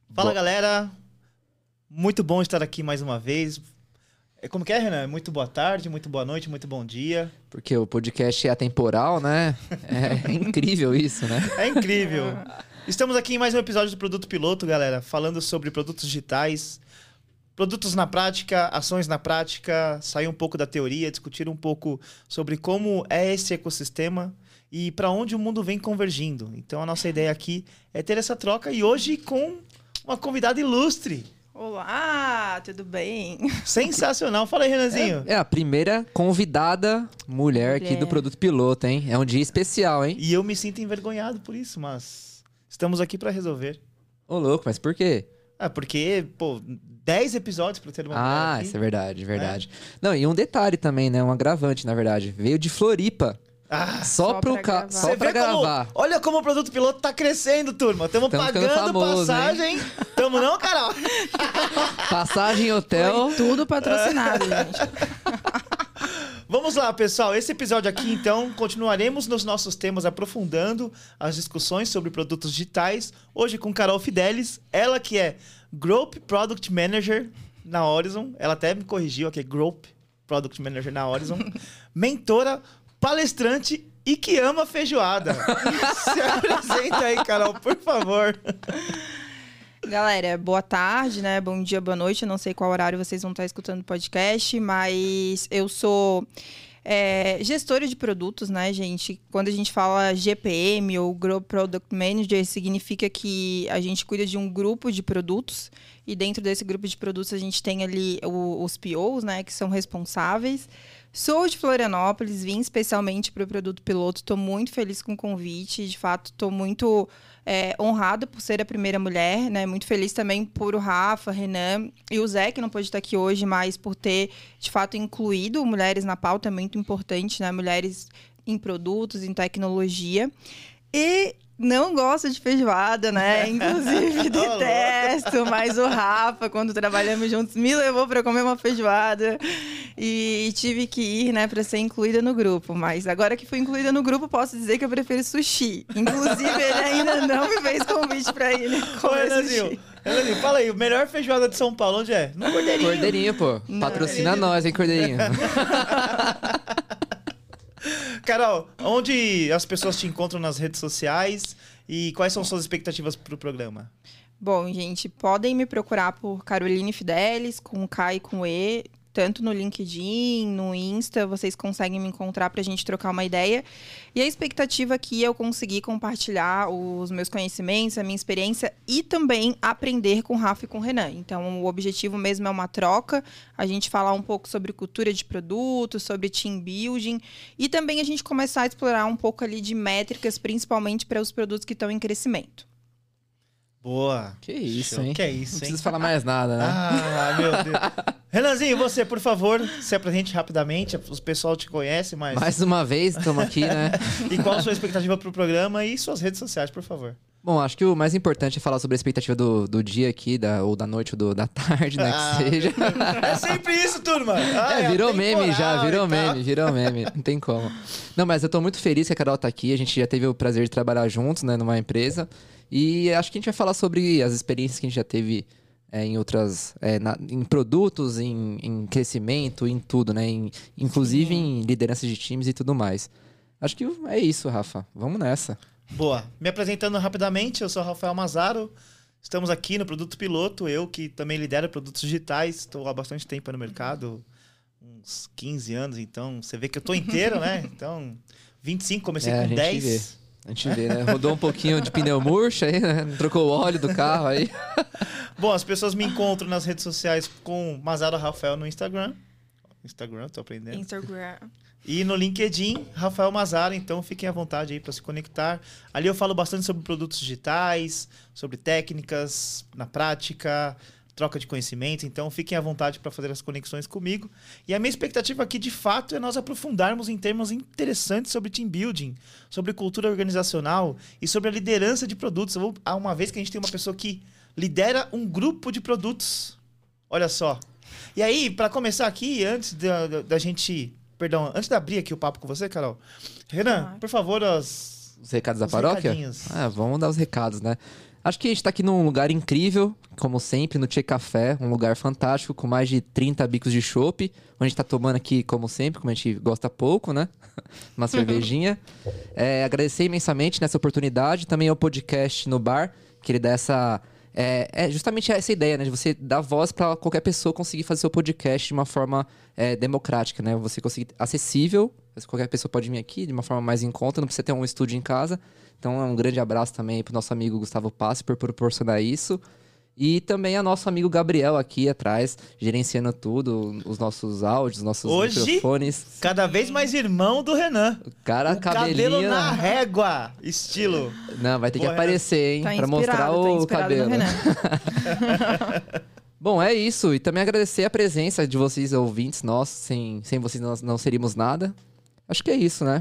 Fala, galera. Muito bom estar aqui mais uma vez. Como que é, Renan? Muito boa tarde, muito boa noite, muito bom dia. Porque o podcast é atemporal, né? É incrível isso, né? É incrível. Estamos aqui em mais um episódio do Produto Piloto, galera, falando sobre produtos digitais, produtos na prática, ações na prática, sair um pouco da teoria, discutir um pouco sobre como é esse ecossistema e para onde o mundo vem convergindo. Então a nossa ideia aqui é ter essa troca e hoje com uma convidada ilustre. Olá, tudo bem? Sensacional. Fala aí, Renanzinho. É a primeira convidada mulher aqui do Produto Piloto, hein? É um dia especial, hein? E eu me sinto envergonhado por isso, mas estamos aqui para resolver. Ô, louco, mas por quê? Porque, 10 episódios para ter uma mulher aqui. Isso é verdade, verdade. Não, e um detalhe também, né? Um agravante, na verdverdade. Veio de Floripa. Só pra gravar. Olha como o Produto Piloto tá crescendo, turma. Estamos pagando famoso, passagem. Hein? Tamo não, Carol? Passagem, hotel. Foi tudo patrocinado, gente. Vamos lá, pessoal. Esse episódio aqui, então, continuaremos nos nossos temas aprofundando as discussões sobre produtos digitais. Hoje com Carol Fidelis, ela que é Group Product Manager na Horizon. Ela até me corrigiu aqui, Group Product Manager na Horizon. Mentora, palestrante e que ama feijoada. Se apresenta aí, Carol, por favor. Galera, boa tarde, né? Bom dia, boa noite. Eu não sei qual horário vocês vão estar escutando o podcast, mas eu sou gestora de produtos, né, gente? Quando a gente fala GPM ou Group Product Manager, significa que a gente cuida de um grupo de produtos e dentro desse grupo de produtos a gente tem ali os POs, né, que são responsáveis. Sou de Florianópolis, vim especialmente para o Produto Piloto, estou muito feliz com o convite, de fato estou muito honrada por ser a primeira mulher, né? Muito feliz também por o Rafa, Renan e o Zé, que não pôde estar aqui hoje, mas por ter, de fato, incluído mulheres na pauta, é muito importante, né? Mulheres em produtos, em tecnologia. E não gosto de feijoada, né? Inclusive, detesto, mas o Rafa, quando trabalhamos juntos, me levou para comer uma feijoada e tive que ir, né, para ser incluída no grupo. Mas agora que fui incluída no grupo, posso dizer que eu prefiro sushi. Inclusive, ele ainda não me fez convite para ir comer sushi. Renanzinho, fala aí, o melhor feijoada de São Paulo, onde é? No Cordeirinho. Cordeirinho, pô. Patrocina nós, hein, Cordeirinho. Carol, onde as pessoas te encontram nas redes sociais e quais são suas expectativas para o programa? Bom, gente, podem me procurar por Caroline Fidelis, com K e com E, tanto no LinkedIn, no Insta, vocês conseguem me encontrar para a gente trocar uma ideia. E a expectativa aqui é eu conseguir compartilhar os meus conhecimentos, a minha experiência e também aprender com o Rafa e com o Renan. Então, o objetivo mesmo é uma troca, a gente falar um pouco sobre cultura de produto, sobre team building e também a gente começar a explorar um pouco ali de métricas, principalmente para os produtos que estão em crescimento. Boa. Que isso, show. hein? Que isso, não hein? precisa falar mais nada, né? Meu Deus. Renanzinho, você, por favor, se apresente rapidamente. O pessoal te conhece, mas... Mais uma vez, estamos aqui, né? E qual a sua expectativa para o programa e suas redes sociais, por favor? Bom, acho que o mais importante é falar sobre a expectativa do dia aqui, ou da noite ou da tarde, né? Que seja. É sempre isso, turma. Virou meme já, virou meme. Não tem como. Não, mas eu tô muito feliz que a Carol tá aqui. A gente já teve o prazer de trabalhar juntos, né? Numa empresa. E acho que a gente vai falar sobre as experiências que a gente já teve em outras... em produtos, em crescimento, em tudo, né? Inclusive em liderança de times e tudo mais. Acho que é isso, Rafa. Vamos nessa. Boa. Me apresentando rapidamente, eu sou Rafael Mazzaro. Estamos aqui no Produto Piloto. Eu que também lidero produtos digitais. Estou há bastante tempo no mercado. Uns 15 anos, então... Você vê que eu estou inteiro, né? Então, 25, comecei com 10. A gente vê, né? Rodou um pouquinho de pneu murcho aí, né? Trocou o óleo do carro aí. Bom, as pessoas me encontram nas redes sociais com Mazzaro Rafael no Instagram. Tô aprendendo. Instagram. E no LinkedIn, Rafael Mazzaro. Então, fiquem à vontade aí para se conectar. Ali eu falo bastante sobre produtos digitais, sobre técnicas na prática, troca de conhecimento. Então, fiquem à vontade para fazer as conexões comigo. E a minha expectativa aqui, de fato, é nós aprofundarmos em termos interessantes sobre team building, sobre cultura organizacional e sobre a liderança de produtos. Há uma vez que a gente tem uma pessoa que lidera um grupo de produtos. Olha só. E aí, para começar aqui, antes da gente... Perdão, antes de abrir aqui o papo com você, Carol. Renan, por favor, os recados da paróquia? Recadinhos. Vamos dar os recados, né? Acho que a gente tá aqui num lugar incrível, como sempre, no Tchê Café, um lugar fantástico, com mais de 30 bicos de chopp, onde a gente tá tomando aqui, como sempre, como a gente gosta pouco, né? Uma cervejinha. Agradecer imensamente nessa oportunidade, também ao podcast no bar, que ele dá essa... justamente essa ideia, né? De você dar voz para qualquer pessoa conseguir fazer seu podcast de uma forma democrática, né? Você conseguir acessível, qualquer pessoa pode vir aqui de uma forma mais em conta, não precisa ter um estúdio em casa. Então, um grande abraço também pro nosso amigo Gustavo Passi por proporcionar isso. E também ao nosso amigo Gabriel aqui atrás, gerenciando tudo, os nossos áudios, os nossos microfones. Cada vez mais irmão do Renan. Cabelo na régua, estilo. Não, vai ter que aparecer, hein? Tá pra mostrar o cabelo. Bom, é isso. E também agradecer a presença de vocês, ouvintes nossos. Sem vocês nós não seríamos nada. Acho que é isso, né?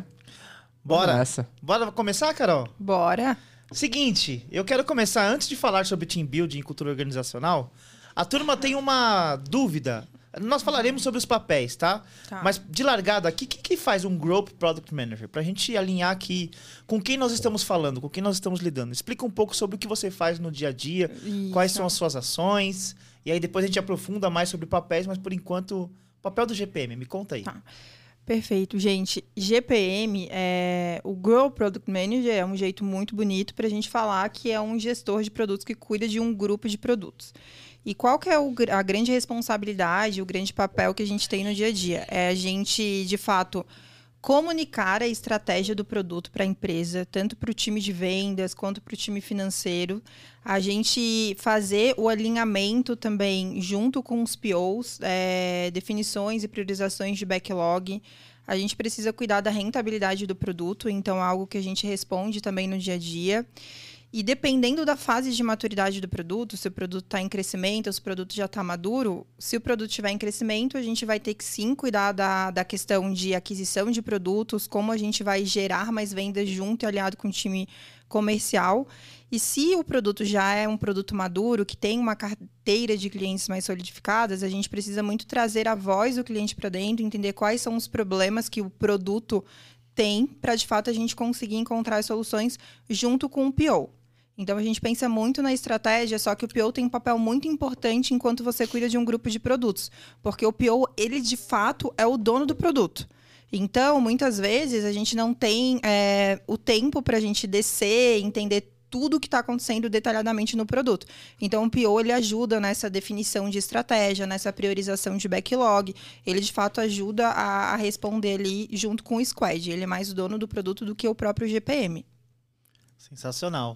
Bora começar, Carol? Bora. Seguinte, eu quero começar, antes de falar sobre team building e cultura organizacional, a turma tem uma dúvida. Nós falaremos sobre os papéis, tá? Mas de largada aqui, o que faz um Growth Product Manager? Pra gente alinhar aqui com quem nós estamos falando, com quem nós estamos lidando. Explica um pouco sobre o que você faz no dia a dia, quais são as suas ações, e aí depois a gente aprofunda mais sobre papéis, mas por enquanto, o papel do GPM, me conta aí. Tá. Perfeito, gente. GPM, o Grow Product Manager, é um jeito muito bonito para a gente falar que é um gestor de produtos que cuida de um grupo de produtos. E qual que é a grande responsabilidade, o grande papel que a gente tem no dia a dia? É a gente, de fato, comunicar a estratégia do produto para a empresa, tanto para o time de vendas quanto para o time financeiro. A gente fazer o alinhamento também junto com os POs, definições e priorizações de backlog. A gente precisa cuidar da rentabilidade do produto, então é algo que a gente responde também no dia a dia. E dependendo da fase de maturidade do produto, se o produto está em crescimento, se o produto já está maduro, se o produto estiver em crescimento, a gente vai ter que sim cuidar da questão de aquisição de produtos, como a gente vai gerar mais vendas junto e aliado com o time comercial. E se o produto já é um produto maduro, que tem uma carteira de clientes mais solidificadas, a gente precisa muito trazer a voz do cliente para dentro, entender quais são os problemas que o produto tem, para de fato a gente conseguir encontrar soluções junto com o PO. Então, a gente pensa muito na estratégia, só que o PO tem um papel muito importante enquanto você cuida de um grupo de produtos. Porque o PO, ele de fato é o dono do produto. Então, muitas vezes, a gente não tem o tempo para a gente descer, entender tudo o que está acontecendo detalhadamente no produto. Então, o PO, ele ajuda nessa definição de estratégia, nessa priorização de backlog. Ele, de fato, ajuda a responder ali junto com o squad. Ele é mais o dono do produto do que o próprio GPM. Sensacional.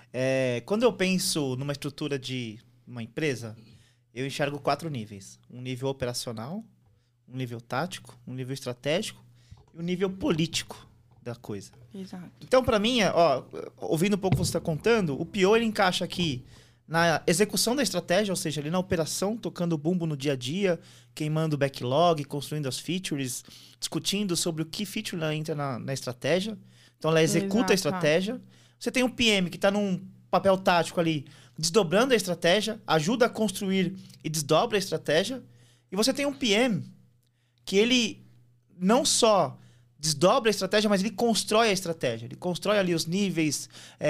Quando eu penso numa estrutura de uma empresa, eu enxergo 4 níveis. Um nível operacional, um nível tático, um nível estratégico e um nível político da coisa. Exato. Então, para mim, ouvindo um pouco o que você está contando, o PO ele encaixa aqui na execução da estratégia, ou seja, ali na operação, tocando o bumbo no dia a dia, queimando o backlog, construindo as features, discutindo sobre o que feature entra na estratégia. Então, ela executa a estratégia. Você tem um PM que está num papel tático ali, desdobrando a estratégia, ajuda a construir e desdobra a estratégia. E você tem um PM que ele não só desdobra a estratégia, mas ele constrói a estratégia. Ele constrói ali os níveis,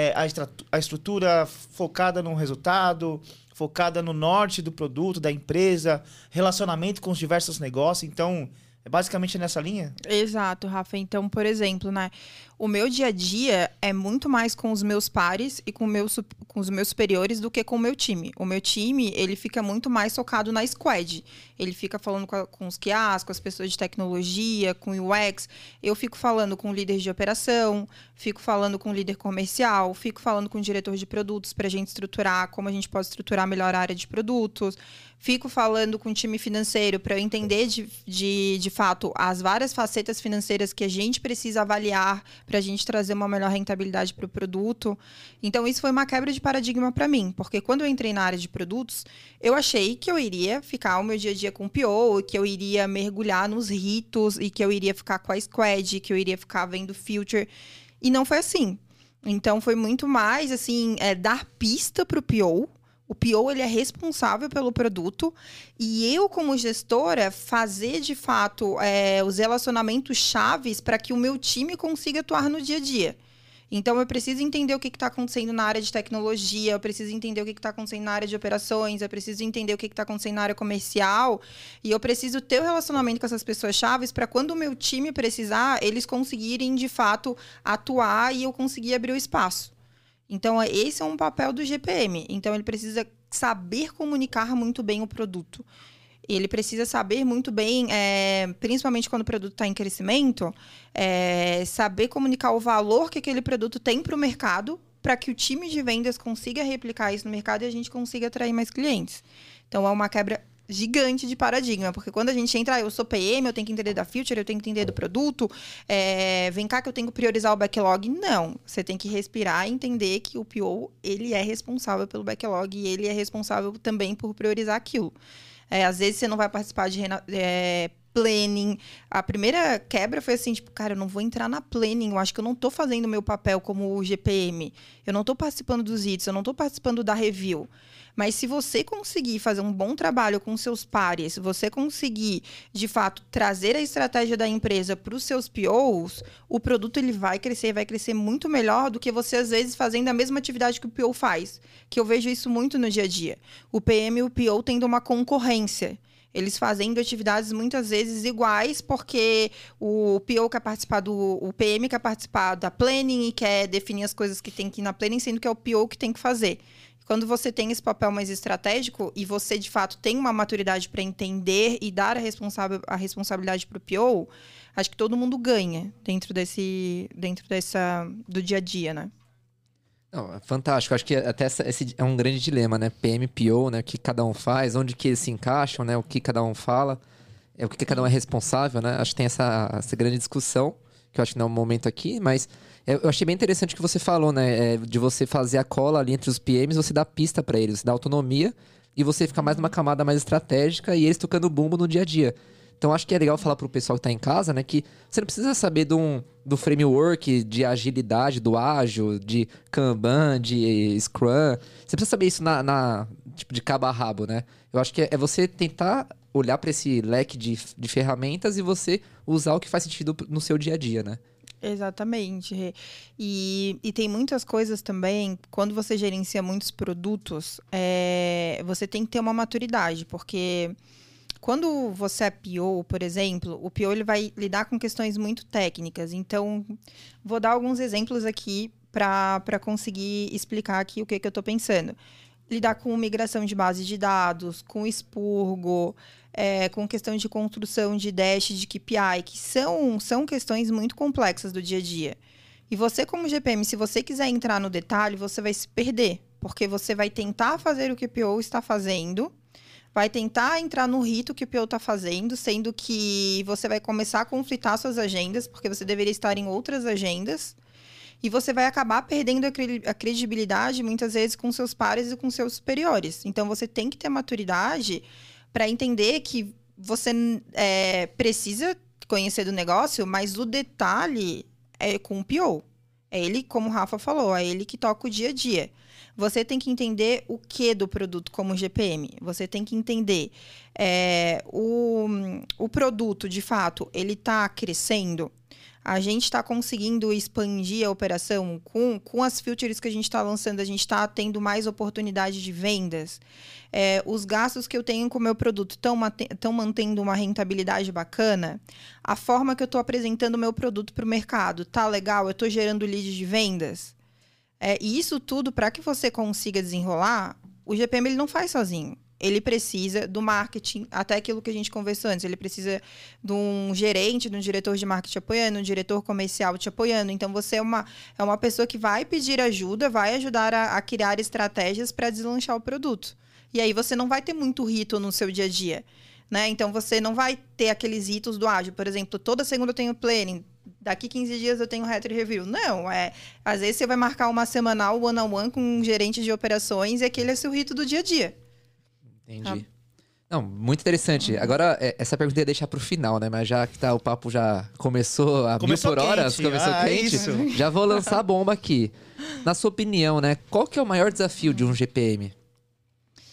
a estrutura focada no resultado, focada no norte do produto, da empresa, relacionamento com os diversos negócios. Então, é basicamente nessa linha? Exato, Rafa. Então, por exemplo, né? O meu dia a dia é muito mais com os meus pares e com os meus superiores do que com o meu time. O meu time, ele fica muito mais focado na squad. Ele fica falando com os QAs, com as pessoas de tecnologia, com o UX. Eu fico falando com líderes de operação, fico falando com o líder comercial, fico falando com o diretor de produtos para a gente estruturar como a gente pode estruturar melhor a área de produtos. Fico falando com o time financeiro para eu entender de fato as várias facetas financeiras que a gente precisa avaliar para a gente trazer uma melhor rentabilidade para o produto. Então, isso foi uma quebra de paradigma para mim, porque quando eu entrei na área de produtos, eu achei que eu iria ficar o meu dia a dia com o PO, que eu iria mergulhar nos ritos e que eu iria ficar com a squad, que eu iria ficar vendo future. E não foi assim. Então, foi muito mais, assim, dar pista para o PO. O PO, ele é responsável pelo produto e eu, como gestora, fazer, de fato, os relacionamentos chaves para que o meu time consiga atuar no dia a dia. Então, eu preciso entender o que está acontecendo na área de tecnologia, eu preciso entender o que está acontecendo na área de operações, eu preciso entender o que está acontecendo na área comercial, e eu preciso ter o relacionamento com essas pessoas chaves para quando o meu time precisar, eles conseguirem, de fato, atuar e eu conseguir abrir o espaço. Então, esse é um papel do GPM. Então, ele precisa saber comunicar muito bem o produto. Ele precisa saber muito bem, principalmente quando o produto está em crescimento, saber comunicar o valor que aquele produto tem para o mercado, para que o time de vendas consiga replicar isso no mercado e a gente consiga atrair mais clientes. Então, é uma quebra gigante de paradigma, porque quando a gente entra, eu sou PM, eu tenho que entender da feature, eu tenho que entender do produto, vem cá que eu tenho que priorizar o backlog. Não, você tem que respirar e entender que o PO, ele é responsável pelo backlog e ele é responsável também por priorizar aquilo. Às vezes você não vai participar de planning. A primeira quebra foi assim, tipo, cara, eu não vou entrar na planning, eu acho que eu não tô fazendo o meu papel como GPM, eu não tô participando dos hits, eu não tô participando da review. Mas se você conseguir fazer um bom trabalho com seus pares, se você conseguir, de fato, trazer a estratégia da empresa para os seus POs, o produto ele vai crescer muito melhor do que você, às vezes, fazendo a mesma atividade que o PO faz. Que eu vejo isso muito no dia a dia. O PM e o PO tendo uma concorrência. Eles fazendo atividades muitas vezes iguais, porque o PO quer participar o PM quer participar da planning e quer definir as coisas que tem que ir na planning, sendo que é o PO que tem que fazer. Quando você tem esse papel mais estratégico e você, de fato, tem uma maturidade para entender e dar a responsabilidade para o PO, acho que todo mundo ganha dentro do dia a dia, né? Não, é fantástico. Acho que até esse é um grande dilema, né? PM, PO, né? O que cada um faz, onde que eles se encaixam, né? O que cada um fala, o que cada um é responsável, né? Acho que tem essa grande discussão, que eu acho que não é o momento aqui, mas eu achei bem interessante o que você falou, né? De você fazer a cola ali entre os PMs, você dá pista para eles, você dá autonomia e você fica mais numa camada mais estratégica e eles tocando bumbo no dia a dia. Então, acho que é legal falar pro pessoal que tá em casa, né? Que você não precisa saber do framework de agilidade, do ágil, de Kanban, de Scrum. Você precisa saber isso tipo, de cabo a rabo, né? Eu acho que é você tentar olhar para esse leque de ferramentas e você usar o que faz sentido no seu dia a dia, né? Exatamente. E tem muitas coisas também, quando você gerencia muitos produtos, você tem que ter uma maturidade, porque quando você é PO, por exemplo, o PO ele vai lidar com questões muito técnicas. Então, vou dar alguns exemplos aqui para conseguir explicar aqui o que eu estou pensando. Lidar com migração de base de dados, com expurgo, com questão de construção de dash, de KPI, que são questões muito complexas do dia a dia. E você, como GPM, se você quiser entrar no detalhe, você vai se perder, porque você vai tentar fazer o que o PO está fazendo, vai tentar entrar no rito que o PO está fazendo, sendo que você vai começar a conflitar suas agendas, porque você deveria estar em outras agendas, e você vai acabar perdendo a credibilidade, muitas vezes, com seus pares e com seus superiores. Então, você tem que ter maturidade para entender que você precisa conhecer do negócio, mas o detalhe é com o PO. É ele, como o Rafa falou, é ele que toca o dia a dia. Você tem que entender o que do produto como GPM. Você tem que entender o produto, de fato, ele está crescendo. A gente está conseguindo expandir a operação com as features que a gente está lançando, a gente está tendo mais oportunidade de vendas. Os gastos que eu tenho com o meu produto estão mantendo uma rentabilidade bacana. A forma que eu estou apresentando o meu produto para o mercado está legal, eu estou gerando lead de vendas. E isso tudo, para que você consiga desenrolar, o GPM ele não faz sozinho. Ele precisa do marketing, até aquilo que a gente conversou antes. Ele precisa de um gerente, de um diretor de marketing apoiando, um diretor comercial te apoiando. Então, você é uma pessoa que vai pedir ajuda, vai ajudar a criar estratégias para deslanchar o produto. E aí, você não vai ter muito rito no seu dia a dia, né? Então, você não vai ter aqueles ritos do ágil. Por exemplo, toda segunda eu tenho planning, daqui 15 dias eu tenho retro review. Não, às vezes você vai marcar uma semanal one-on-one com um gerente de operações e aquele é seu rito do dia a dia. Entendi. Não, muito interessante. Agora, essa pergunta eu ia deixar pro final, né? Mas já que o papo já começou a 1000 por hora, começou quente, isso. Já vou lançar a bomba aqui. Na sua opinião, né? Qual que é o maior desafio de um GPM?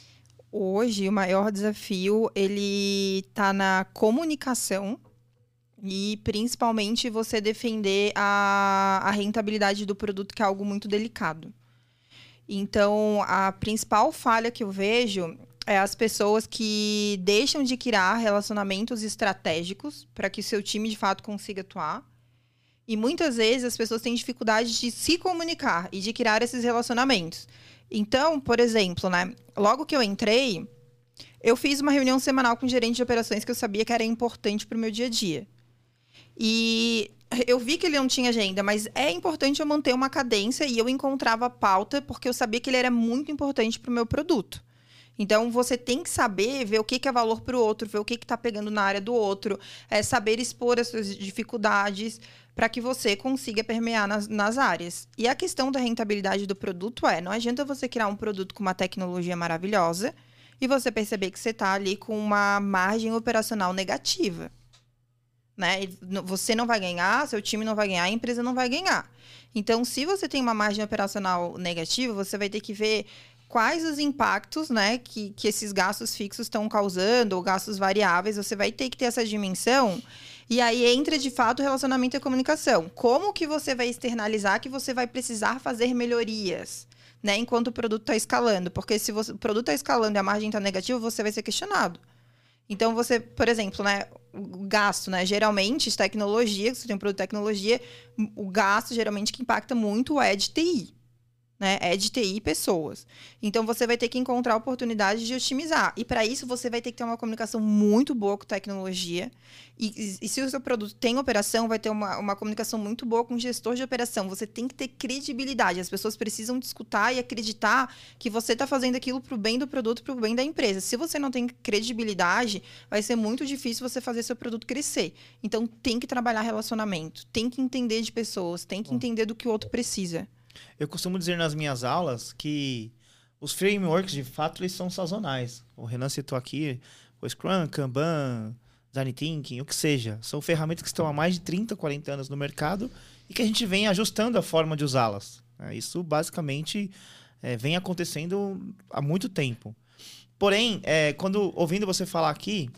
Hoje, o maior desafio, ele tá na comunicação E, principalmente, você defender a rentabilidade do produto, que é algo muito delicado. Então, a principal falha que eu vejo é as pessoas que deixam de criar relacionamentos estratégicos para que o seu time, de fato, consiga atuar. E, muitas vezes, as pessoas têm dificuldade de se comunicar e de criar esses relacionamentos. Então, por exemplo, né, logo que eu entrei, eu fiz uma reunião semanal com o gerente de operações que eu sabia que era importante para o meu dia a dia. E eu vi que ele não tinha agenda, mas é importante eu manter uma cadência e eu encontrava a pauta porque eu sabia que ele era muito importante para o meu produto. Então, você tem que saber ver o que é valor para o outro, ver o que está pegando na área do outro, saber expor as suas dificuldades para que você consiga permear nas áreas. E a questão da rentabilidade do produto não adianta você criar um produto com uma tecnologia maravilhosa e você perceber que você está ali com uma margem operacional negativa. Né? Você não vai ganhar, seu time não vai ganhar, a empresa não vai ganhar. Então, se você tem uma margem operacional negativa, você vai ter que ver quais os impactos, né, que esses gastos fixos estão causando, ou gastos variáveis. Você vai ter que ter essa dimensão. E aí entra, de fato, o relacionamento e a comunicação. Como que você vai externalizar que você vai precisar fazer melhorias, né, enquanto o produto está escalando? Porque se o produto está escalando e a margem está negativa, você vai ser questionado. Então, você, por exemplo, né, o gasto, né, geralmente, de tecnologia, se você tem um produto de tecnologia, o gasto, geralmente, que impacta muito é de TI. Né? É de TI e pessoas. Então, você vai ter que encontrar oportunidades de otimizar. E, para isso, você vai ter que ter uma comunicação muito boa com tecnologia. E se o seu produto tem operação, vai ter uma comunicação muito boa com o gestor de operação. Você tem que ter credibilidade. As pessoas precisam te escutar e acreditar que você está fazendo aquilo para o bem do produto, para o bem da empresa. Se você não tem credibilidade, vai ser muito difícil você fazer seu produto crescer. Então, tem que trabalhar relacionamento. Tem que entender de pessoas. Tem que entender do que o outro precisa. Eu costumo dizer nas minhas aulas que os frameworks, de fato, eles são sazonais. O Renan citou aqui o Scrum, Kanban, Design Thinking, o que seja. São ferramentas que estão há mais de 30, 40 anos no mercado e que a gente vem ajustando a forma de usá-las. Isso, basicamente, vem acontecendo há muito tempo. Porém, quando ouvindo você falar aqui,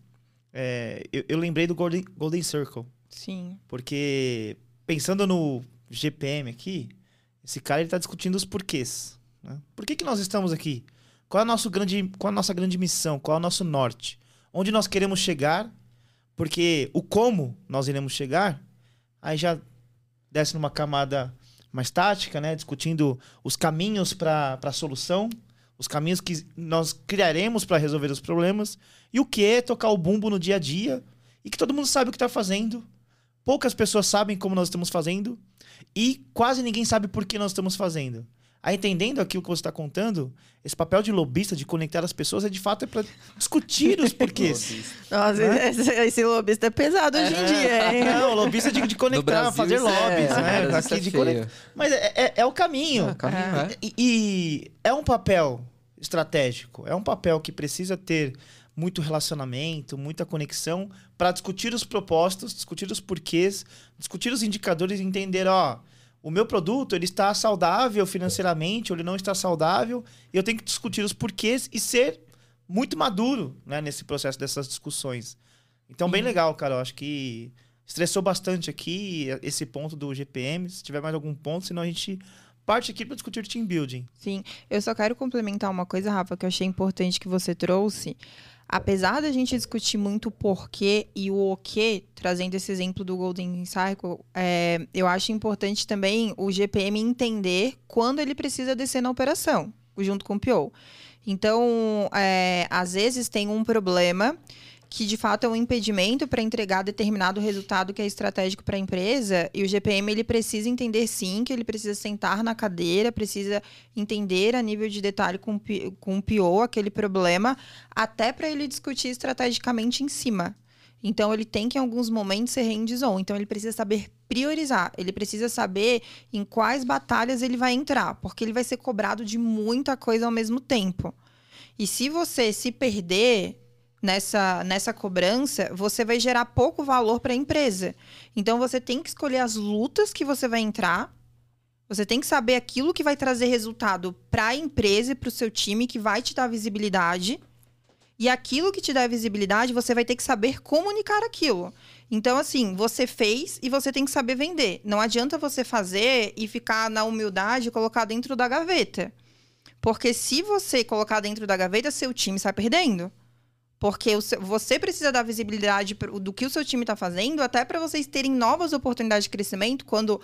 eu lembrei do Golden Circle. Sim. Porque, pensando no GPM aqui, esse cara está discutindo os porquês. Né? Por que nós estamos aqui? Qual é a nossa grande missão? Qual é o nosso norte? Onde nós queremos chegar? Porque o como nós iremos chegar, aí já desce numa camada mais tática, né? Discutindo os caminhos para a solução, os caminhos que nós criaremos para resolver os problemas, e o que é tocar o bumbo no dia a dia, e que todo mundo sabe o que está fazendo. Poucas pessoas sabem como nós estamos fazendo e quase ninguém sabe por que nós estamos fazendo. Aí, entendendo aquilo que você está contando, esse papel de lobista, de conectar as pessoas, de fato para discutir os porquês. Nossa, esse lobista é pesado hoje em dia. Hein? Não, lobista de conectar, fazer lobbies. Né? Aqui de Mas é o caminho. E é um papel estratégico. É um papel que precisa ter muito relacionamento, muita conexão para discutir os propósitos, discutir os porquês, discutir os indicadores e entender, o meu produto ele está saudável financeiramente ou ele não está saudável, e eu tenho que discutir os porquês e ser muito maduro, né, nesse processo dessas discussões. Então, bem legal, cara. Eu acho que estressou bastante aqui esse ponto do GPM. Se tiver mais algum ponto, senão a gente parte aqui para discutir team building. Sim, eu só quero complementar uma coisa, Rafa, que eu achei importante que você trouxe. Apesar da gente discutir muito o porquê e o quê, trazendo esse exemplo do Golden Circle, eu acho importante também o GPM entender quando ele precisa descer na operação, junto com o PO. Então, às vezes tem um problema que, de fato, é um impedimento para entregar determinado resultado que é estratégico para a empresa, e o GPM ele precisa entender, sim, que ele precisa sentar na cadeira, precisa entender a nível de detalhe com o PO aquele problema, até para ele discutir estrategicamente em cima. Então, ele tem que, em alguns momentos, ser hands-on. Então, ele precisa saber priorizar. Ele precisa saber em quais batalhas ele vai entrar, porque ele vai ser cobrado de muita coisa ao mesmo tempo. E se você se perder nessa cobrança, você vai gerar pouco valor para a empresa. Então, você tem que escolher as lutas que você vai entrar. Você tem que saber aquilo que vai trazer resultado para a empresa e para o seu time, que vai te dar visibilidade. E aquilo que te dá visibilidade, você vai ter que saber comunicar aquilo. Então, assim, você fez e você tem que saber vender. Não adianta você fazer e ficar na humildade e colocar dentro da gaveta. Porque se você colocar dentro da gaveta, seu time sai perdendo. Porque você precisa dar visibilidade do que o seu time está fazendo, até para vocês terem novas oportunidades de crescimento quando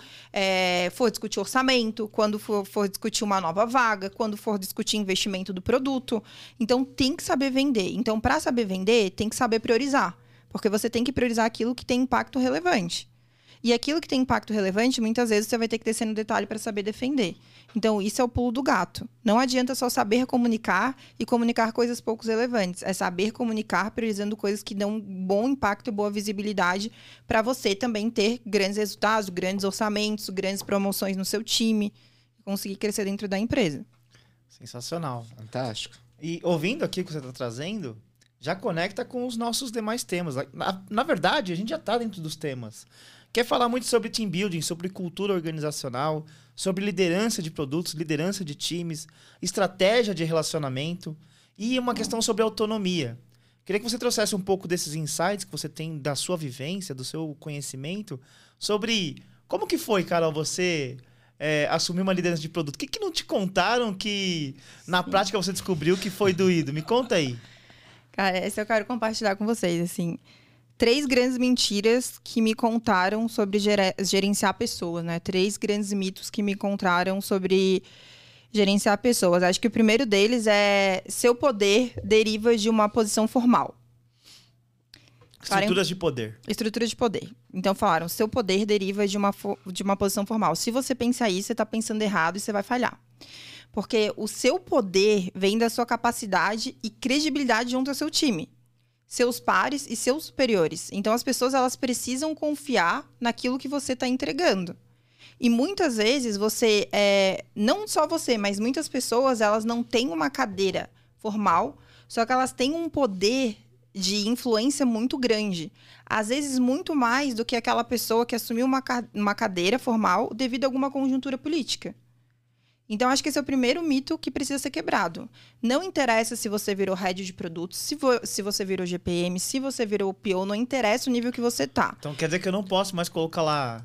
for discutir orçamento, quando for discutir uma nova vaga, quando for discutir investimento do produto. Então, tem que saber vender. Então, para saber vender, tem que saber priorizar. Porque você tem que priorizar aquilo que tem impacto relevante. E aquilo que tem impacto relevante, muitas vezes você vai ter que descer no detalhe para saber defender. Então, isso é o pulo do gato. Não adianta só saber comunicar e comunicar coisas pouco relevantes. É saber comunicar priorizando coisas que dão bom impacto e boa visibilidade para você também ter grandes resultados, grandes orçamentos, grandes promoções no seu time e conseguir crescer dentro da empresa. Sensacional. Fantástico. E ouvindo aqui o que você está trazendo, já conecta com os nossos demais temas. Na verdade, a gente já está dentro dos temas. Quer falar muito sobre team building, sobre cultura organizacional, sobre liderança de produtos, liderança de times, estratégia de relacionamento e uma questão sobre autonomia. Queria que você trouxesse um pouco desses insights que você tem da sua vivência, do seu conhecimento, sobre como que foi, Carol, você assumir uma liderança de produto. O que não te contaram que na prática você descobriu que foi doído? Me conta aí. Cara, essa eu quero compartilhar com vocês, assim. 3 grandes mentiras que me contaram sobre gerenciar pessoas, né? 3 grandes mitos que me contaram sobre gerenciar pessoas. Acho que o primeiro deles é seu poder deriva de uma posição formal. Estruturas de poder. Estruturas de poder. Então, falaram, seu poder deriva de uma posição formal. Se você pensa isso, você está pensando errado e você vai falhar. Porque o seu poder vem da sua capacidade e credibilidade junto ao seu time. Seus pares e seus superiores. Então, as pessoas elas precisam confiar naquilo que você está entregando. E muitas vezes, você... não só você, mas muitas pessoas, elas não têm uma cadeira formal, só que elas têm um poder de influência muito grande. Às vezes, muito mais do que aquela pessoa que assumiu uma cadeira formal devido a alguma conjuntura política. Então, acho que esse é o primeiro mito que precisa ser quebrado. Não interessa se você virou head de produtos, se você virou GPM, se você virou PO, não interessa o nível que você tá. Então, quer dizer que eu não posso mais colocar lá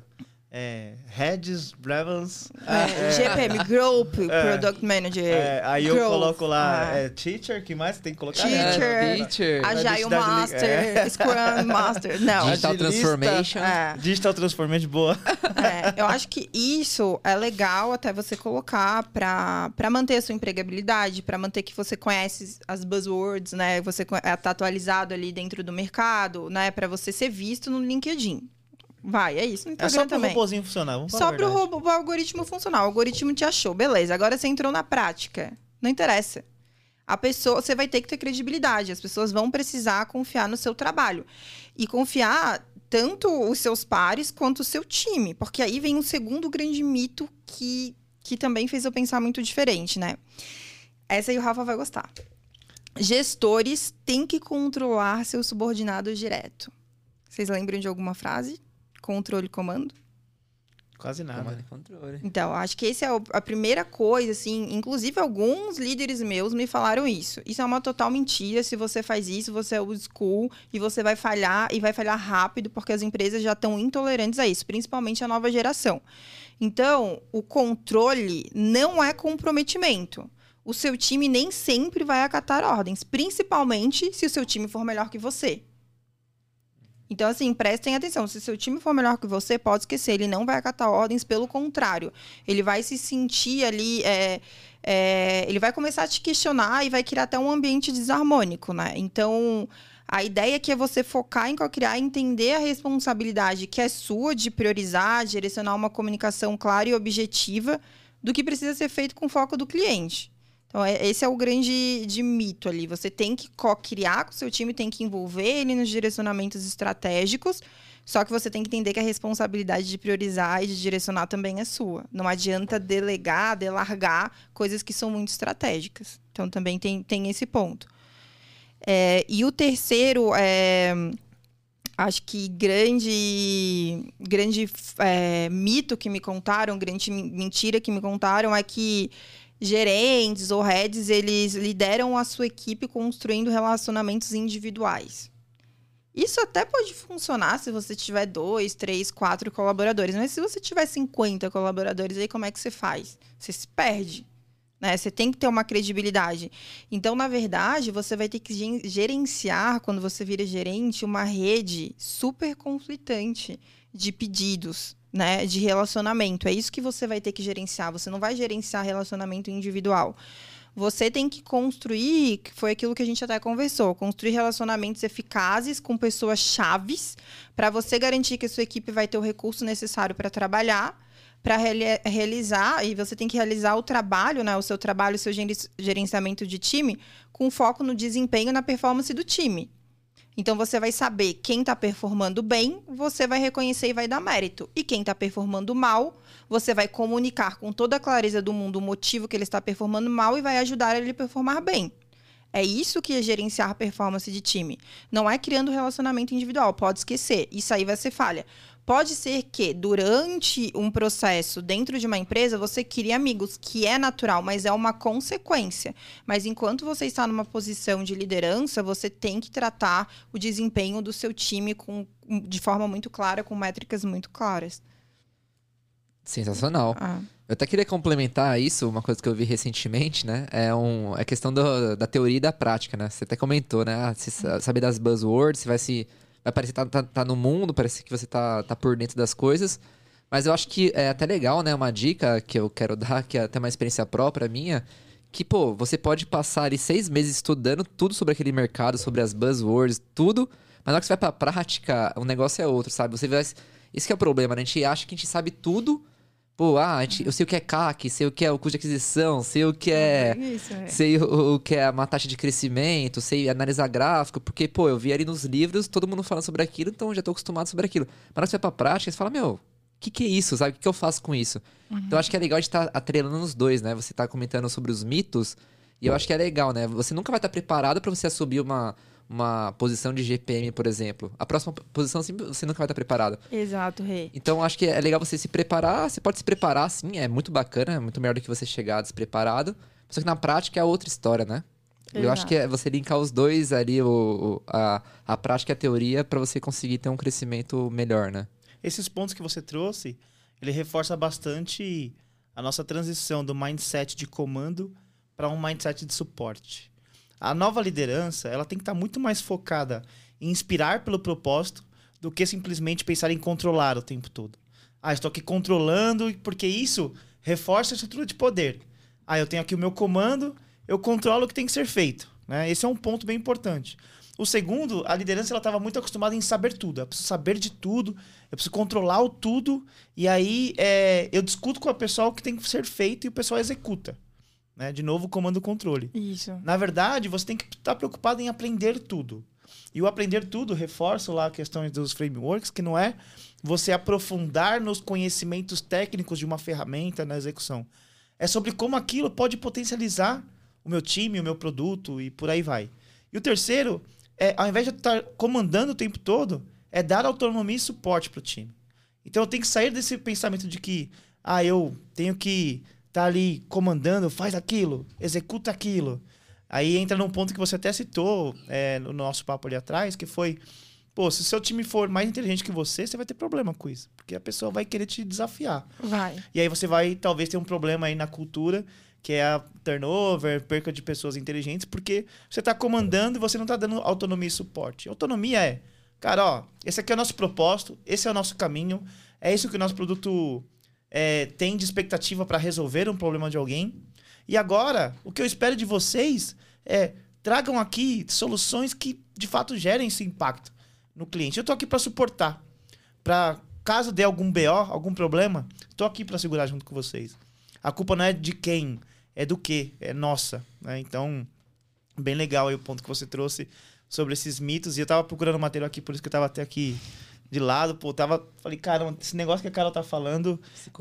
heads, revels... GPM, Group, Product Manager. Aí growth, eu coloco lá teacher, que mais tem que colocar? Teacher, Agile Master, Scrum Master. Não. Digital Transformation. Digital Transformation, boa. Eu acho que isso é legal até você colocar para manter a sua empregabilidade, para manter que você conhece as buzzwords, né? Você tá atualizado ali dentro do mercado, né? Para você ser visto no LinkedIn. Vai, é isso. No Instagram também. Só pro robôzinho funcionar. Vamos falar só pro algoritmo funcionar. O algoritmo te achou. Beleza. Agora você entrou na prática. Não interessa. A pessoa, você vai ter que ter credibilidade. As pessoas vão precisar confiar no seu trabalho. E confiar tanto os seus pares quanto o seu time. Porque aí vem um segundo grande mito que também fez eu pensar muito diferente, né? Essa aí o Rafa vai gostar. Gestores têm que controlar seus subordinados direto. Vocês lembram de alguma frase? Controle e comando? Quase nada. Comando e controle. Então, acho que essa é a primeira coisa, assim. Inclusive, alguns líderes meus me falaram isso. Isso é uma total mentira. Se você faz isso, você é old school e você vai falhar e vai falhar rápido, porque as empresas já estão intolerantes a isso, principalmente a nova geração. Então, o controle não é comprometimento. O seu time nem sempre vai acatar ordens, principalmente se o seu time for melhor que você. Então, assim, prestem atenção. Se seu time for melhor que você, pode esquecer. Ele não vai acatar ordens, pelo contrário. Ele vai se sentir ali... ele vai começar a te questionar e vai criar até um ambiente desarmônico, né? Então, a ideia aqui é você focar em co-criar e entender a responsabilidade que é sua de priorizar, direcionar uma comunicação clara e objetiva do que precisa ser feito com foco do cliente. Então, esse é o grande mito ali. Você tem que co-criar com o seu time, tem que envolver ele nos direcionamentos estratégicos, só que você tem que entender que a responsabilidade de priorizar e de direcionar também é sua. Não adianta delegar, delargar coisas que são muito estratégicas. Então, também tem esse ponto. E o terceiro, acho que grande mito que me contaram, grande mentira que me contaram é que gerentes ou heads, eles lideram a sua equipe construindo relacionamentos individuais. Isso até pode funcionar se você tiver 2, 3, 4 colaboradores. Mas se você tiver 50 colaboradores, aí como é que você faz? Você se perde. Né? Você tem que ter uma credibilidade. Então, na verdade, você vai ter que gerenciar, quando você vira gerente, uma rede super conflitante de pedidos, né? De relacionamento. É isso que você vai ter que gerenciar. Você não vai gerenciar relacionamento individual. Você tem que construir, que foi aquilo que a gente até conversou, construir relacionamentos eficazes com pessoas chaves para você garantir que a sua equipe vai ter o recurso necessário para trabalhar, para realizar, e você tem que realizar o trabalho, né, o seu trabalho, o seu gerenciamento de time, com foco no desempenho e na performance do time. Então, você vai saber quem está performando bem, você vai reconhecer e vai dar mérito. E quem está performando mal, você vai comunicar com toda a clareza do mundo o motivo que ele está performando mal e vai ajudar ele a performar bem. É isso que é gerenciar a performance de time. Não é criando relacionamento individual, pode esquecer. Isso aí vai ser falha. Pode ser que, durante um processo dentro de uma empresa, você crie amigos, que é natural, mas é uma consequência. Mas enquanto você está numa posição de liderança, você tem que tratar o desempenho do seu time de forma muito clara, com métricas muito claras. Sensacional. Eu até queria complementar isso, uma coisa que eu vi recentemente, né? É a questão da teoria e da prática, né? Você até comentou, né? Você saber das buzzwords, você vai parecer que tá no mundo, parece que você tá por dentro das coisas. Mas eu acho que é até legal, né? Uma dica que eu quero dar, que é até uma experiência própria minha, que, pô, você pode passar ali 6 meses estudando tudo sobre aquele mercado, sobre as buzzwords, tudo, mas na hora que você vai pra prática, o negócio é outro, sabe? Isso que é o problema, né? A gente acha que a gente sabe tudo. Pô, eu sei o que é CAC, sei o que é o custo de aquisição, sei o que sei o que é uma taxa de crescimento, sei analisar gráfico, porque, pô, eu vi ali nos livros todo mundo falando sobre aquilo, então eu já tô acostumado sobre aquilo. Mas na hora que você vai pra prática, você fala, meu, o que é isso, sabe? O que eu faço com isso? Então eu acho que é legal a gente estar atrelando nos dois, né? Você tá comentando sobre os mitos, e eu acho que é legal, né? Você nunca vai estar preparado pra você assumir uma posição de GPM, por exemplo. A próxima posição você nunca vai estar preparado. Exato, Rê. Então, acho que é legal você se preparar. Você pode se preparar, sim, é muito bacana, é muito melhor do que você chegar despreparado. Só que na prática é outra história, né? Exato. Eu acho que é você linkar os dois ali, a prática e a teoria, para você conseguir ter um crescimento melhor, né? Esses pontos que você trouxe, ele reforça bastante a nossa transição do mindset de comando para um mindset de suporte. A nova liderança, ela tem que estar muito mais focada em inspirar pelo propósito do que simplesmente pensar em controlar o tempo todo. Estou aqui controlando, porque isso reforça a estrutura de poder. Eu tenho aqui o meu comando, eu controlo o que tem que ser feito. Né? Esse é um ponto bem importante. O segundo, a liderança estava muito acostumada em saber tudo. Eu preciso saber de tudo, eu preciso controlar o tudo, e aí eu discuto com o pessoal o que tem que ser feito e o pessoal executa. Né? De novo, comando e controle. Isso. Na verdade, você tem que estar preocupado em aprender tudo. E o aprender tudo, reforço lá a questão dos frameworks, que não é você aprofundar nos conhecimentos técnicos de uma ferramenta na execução. É sobre como aquilo pode potencializar o meu time, o meu produto e por aí vai. E o terceiro, ao invés de estar comandando o tempo todo, é dar autonomia e suporte para o time. Então eu tenho que sair desse pensamento de que eu tenho que tá ali comandando, faz aquilo, executa aquilo. Aí entra num ponto que você até citou no nosso papo ali atrás, que foi, se o seu time for mais inteligente que você vai ter problema com isso. Porque a pessoa vai querer te desafiar. Vai. E aí você vai, talvez, ter um problema aí na cultura, que é a turnover, perca de pessoas inteligentes, porque você tá comandando e você não tá dando autonomia e suporte. Autonomia cara, esse aqui é o nosso propósito, esse é o nosso caminho, é isso que o nosso produto tem de expectativa para resolver um problema de alguém. E agora, o que eu espero de vocês tragam aqui soluções que, de fato, gerem esse impacto no cliente. Eu estou aqui para suportar. Para, caso dê algum BO, algum problema, estou aqui para segurar junto com vocês. A culpa não é de quem, é do quê, é nossa. Né? Então, bem legal aí o ponto que você trouxe sobre esses mitos. E eu estava procurando material aqui, por isso que eu estava até aqui de lado, falei, caramba, esse negócio que a Carol tá falando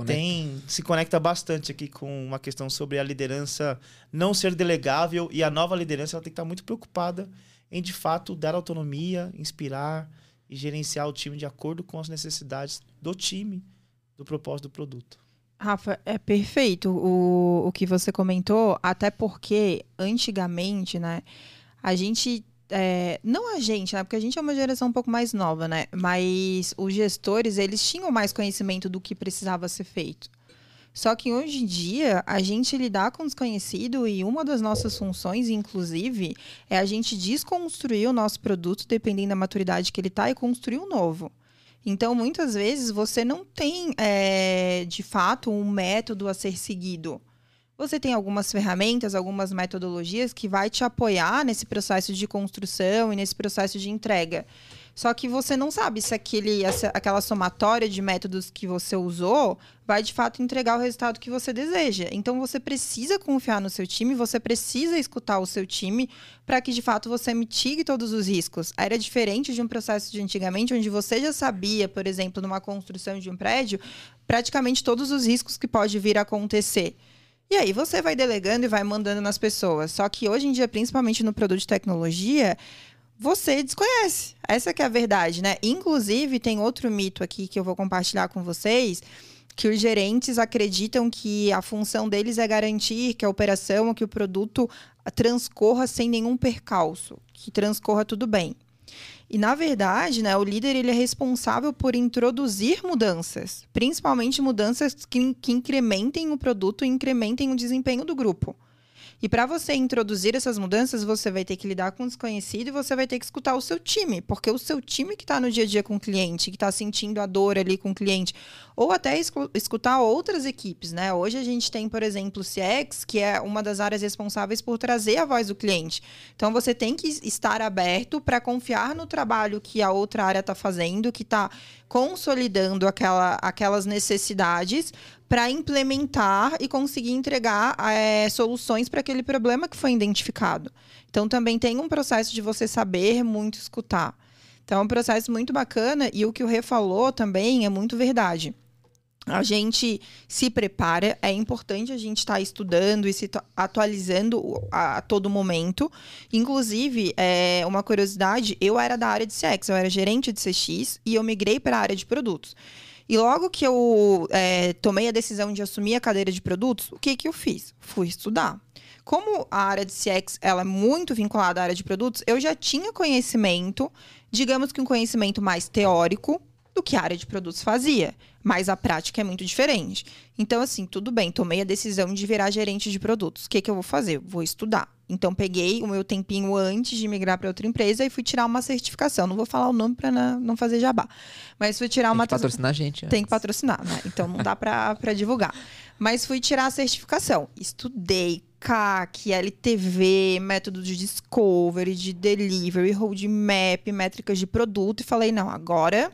se conecta bastante aqui com uma questão sobre a liderança não ser delegável, e a nova liderança ela tem que estar muito preocupada em, de fato, dar autonomia, inspirar e gerenciar o time de acordo com as necessidades do time, do propósito do produto. Rafa, é perfeito o que você comentou, até porque, antigamente, né, a gente não a gente, né? Porque a gente é uma geração um pouco mais nova, né? Mas os gestores, eles tinham mais conhecimento do que precisava ser feito. Só que hoje em dia, a gente lidar com o desconhecido e uma das nossas funções, inclusive, é a gente desconstruir o nosso produto, dependendo da maturidade que ele está, e construir um novo. Então, muitas vezes, você não tem, de fato, um método a ser seguido. Você tem algumas ferramentas, algumas metodologias que vai te apoiar nesse processo de construção e nesse processo de entrega. Só que você não sabe se aquela somatória de métodos que você usou vai, de fato, entregar o resultado que você deseja. Então, você precisa confiar no seu time, você precisa escutar o seu time para que, de fato, você mitigue todos os riscos. Era diferente de um processo de antigamente, onde você já sabia, por exemplo, numa construção de um prédio, praticamente todos os riscos que pode vir a acontecer. E aí você vai delegando e vai mandando nas pessoas. Só que hoje em dia, principalmente no produto de tecnologia, você desconhece. Essa que é a verdade, né? Inclusive, tem outro mito aqui que eu vou compartilhar com vocês, que os gerentes acreditam que a função deles é garantir que a operação, que o produto transcorra sem nenhum percalço, que transcorra tudo bem. E, na verdade, né, o líder ele é responsável por introduzir mudanças, principalmente mudanças que incrementem o produto e incrementem o desempenho do grupo. E para você introduzir essas mudanças, você vai ter que lidar com o desconhecido e você vai ter que escutar o seu time, porque o seu time que está no dia a dia com o cliente, que está sentindo a dor ali com o cliente, ou até escutar outras equipes, né? Hoje a gente tem, por exemplo, o CX, que é uma das áreas responsáveis por trazer a voz do cliente. Então, você tem que estar aberto para confiar no trabalho que a outra área está fazendo, que está consolidando aquelas necessidades para implementar e conseguir entregar soluções para aquele problema que foi identificado. Então, também tem um processo de você saber muito escutar. Então, é um processo muito bacana e o que o Rê falou também é muito verdade. A gente se prepara, é importante a gente estar estudando e se atualizando a todo momento. Inclusive, uma curiosidade, eu era da área de CX, eu era gerente de CX e eu migrei para a área de produtos. E logo que eu tomei a decisão de assumir a cadeira de produtos, o que eu fiz? Fui estudar. Como a área de CX ela é muito vinculada à área de produtos, eu já tinha conhecimento, digamos que um conhecimento mais teórico, do que a área de produtos fazia, mas a prática é muito diferente. Então, assim, tudo bem, tomei a decisão de virar gerente de produtos. O que eu vou fazer? Vou estudar. Então, peguei o meu tempinho antes de migrar para outra empresa e fui tirar uma certificação. Não vou falar o nome para não fazer jabá, mas fui tirar uma... Tem que patrocinar a gente. Tem que patrocinar, né? Então, não dá para divulgar. Mas fui tirar a certificação. Estudei CAC, LTV, método de discovery, de delivery, roadmap, métricas de produto e falei, não, agora...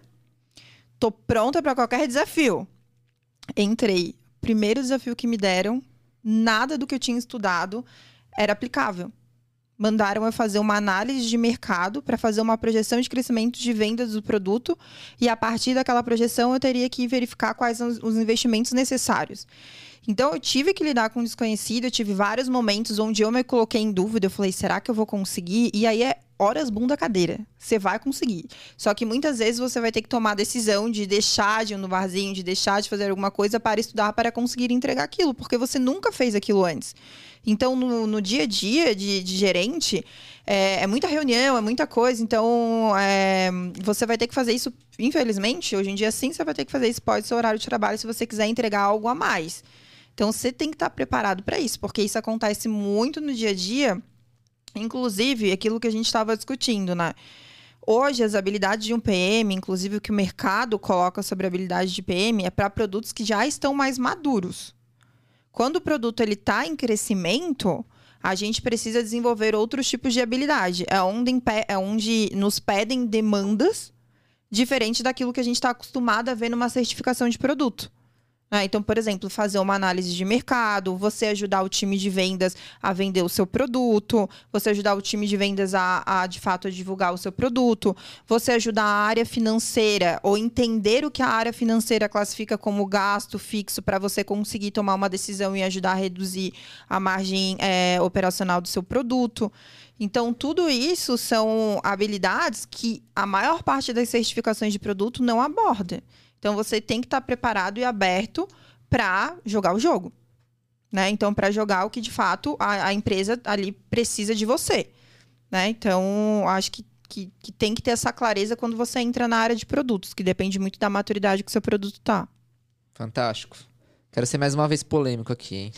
tô pronta para qualquer desafio. Entrei. Primeiro desafio que me deram, nada do que eu tinha estudado era aplicável. Mandaram eu fazer uma análise de mercado para fazer uma projeção de crescimento de vendas do produto e a partir daquela projeção eu teria que verificar quais são os investimentos necessários. Então, eu tive que lidar com o desconhecido, eu tive vários momentos onde eu me coloquei em dúvida, eu falei, será que eu vou conseguir? E aí horas bunda cadeira. Você vai conseguir. Só que muitas vezes você vai ter que tomar a decisão de deixar de ir no barzinho, de deixar de fazer alguma coisa para estudar, para conseguir entregar aquilo, porque você nunca fez aquilo antes. Então, no dia a dia de gerente, é muita reunião, é muita coisa. Então, você vai ter que fazer isso, infelizmente, hoje em dia sim, você vai ter que fazer isso pode ser horário de trabalho se você quiser entregar algo a mais. Então, você tem que estar preparado para isso, porque isso acontece muito no dia a dia. Inclusive, aquilo que a gente estava discutindo, né? Hoje, as habilidades de um PM, inclusive o que o mercado coloca sobre a habilidade de PM, é para produtos que já estão mais maduros. Quando o produto está em crescimento, a gente precisa desenvolver outros tipos de habilidade. É onde nos pedem demandas diferentes daquilo que a gente está acostumado a ver numa certificação de produto. Então, por exemplo, fazer uma análise de mercado, você ajudar o time de vendas a vender o seu produto, você ajudar o time de vendas de fato, a divulgar o seu produto, você ajudar a área financeira ou entender o que a área financeira classifica como gasto fixo para você conseguir tomar uma decisão e ajudar a reduzir a margem operacional do seu produto. Então, tudo isso são habilidades que a maior parte das certificações de produto não aborda. Então, você tem que estar preparado e aberto para jogar o jogo, né? Então, para jogar o que, de fato, a empresa ali precisa de você. né? Então, acho que tem que ter essa clareza quando você entra na área de produtos, que depende muito da maturidade que o seu produto tá. Fantástico. Quero ser mais uma vez polêmico aqui, hein?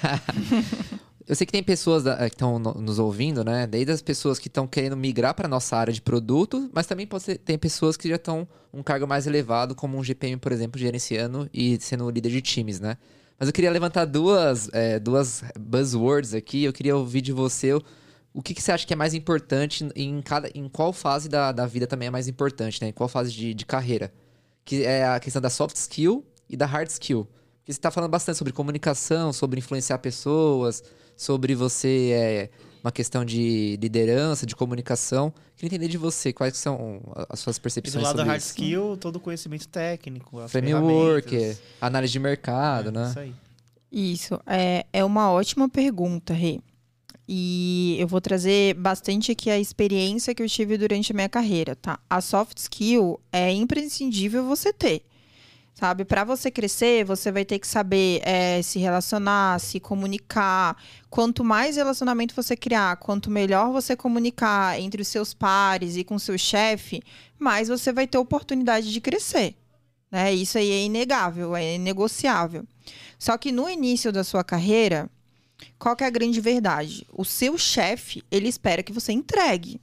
Eu sei que tem pessoas que estão nos ouvindo, né? Desde as pessoas que estão querendo migrar para nossa área de produto, mas também tem pessoas que já estão um cargo mais elevado, como um GPM, por exemplo, gerenciando e sendo líder de times, né? Mas eu queria levantar duas buzzwords aqui. Eu queria ouvir de você o que você acha que é mais importante em qual fase da vida também é mais importante, né? Em qual fase de carreira. Que é a questão da soft skill e da hard skill. Porque você está falando bastante sobre comunicação, sobre influenciar pessoas, sobre você, uma questão de liderança, de comunicação. Queria entender de você quais são as suas percepções sobre isso. E do lado da hard skill, todo o conhecimento técnico, as framework, análise de mercado, né? Isso aí. Isso, é uma ótima pergunta, Rê. E eu vou trazer bastante aqui a experiência que eu tive durante a minha carreira, tá? A soft skill é imprescindível você ter. Sabe, para você crescer, você vai ter que saber se relacionar, se comunicar. Quanto mais relacionamento você criar, quanto melhor você comunicar entre os seus pares e com o seu chefe, mais você vai ter oportunidade de crescer, né? Isso aí é inegável, é inegociável. Só que no início da sua carreira, qual que é a grande verdade? O seu chefe, ele espera que você entregue.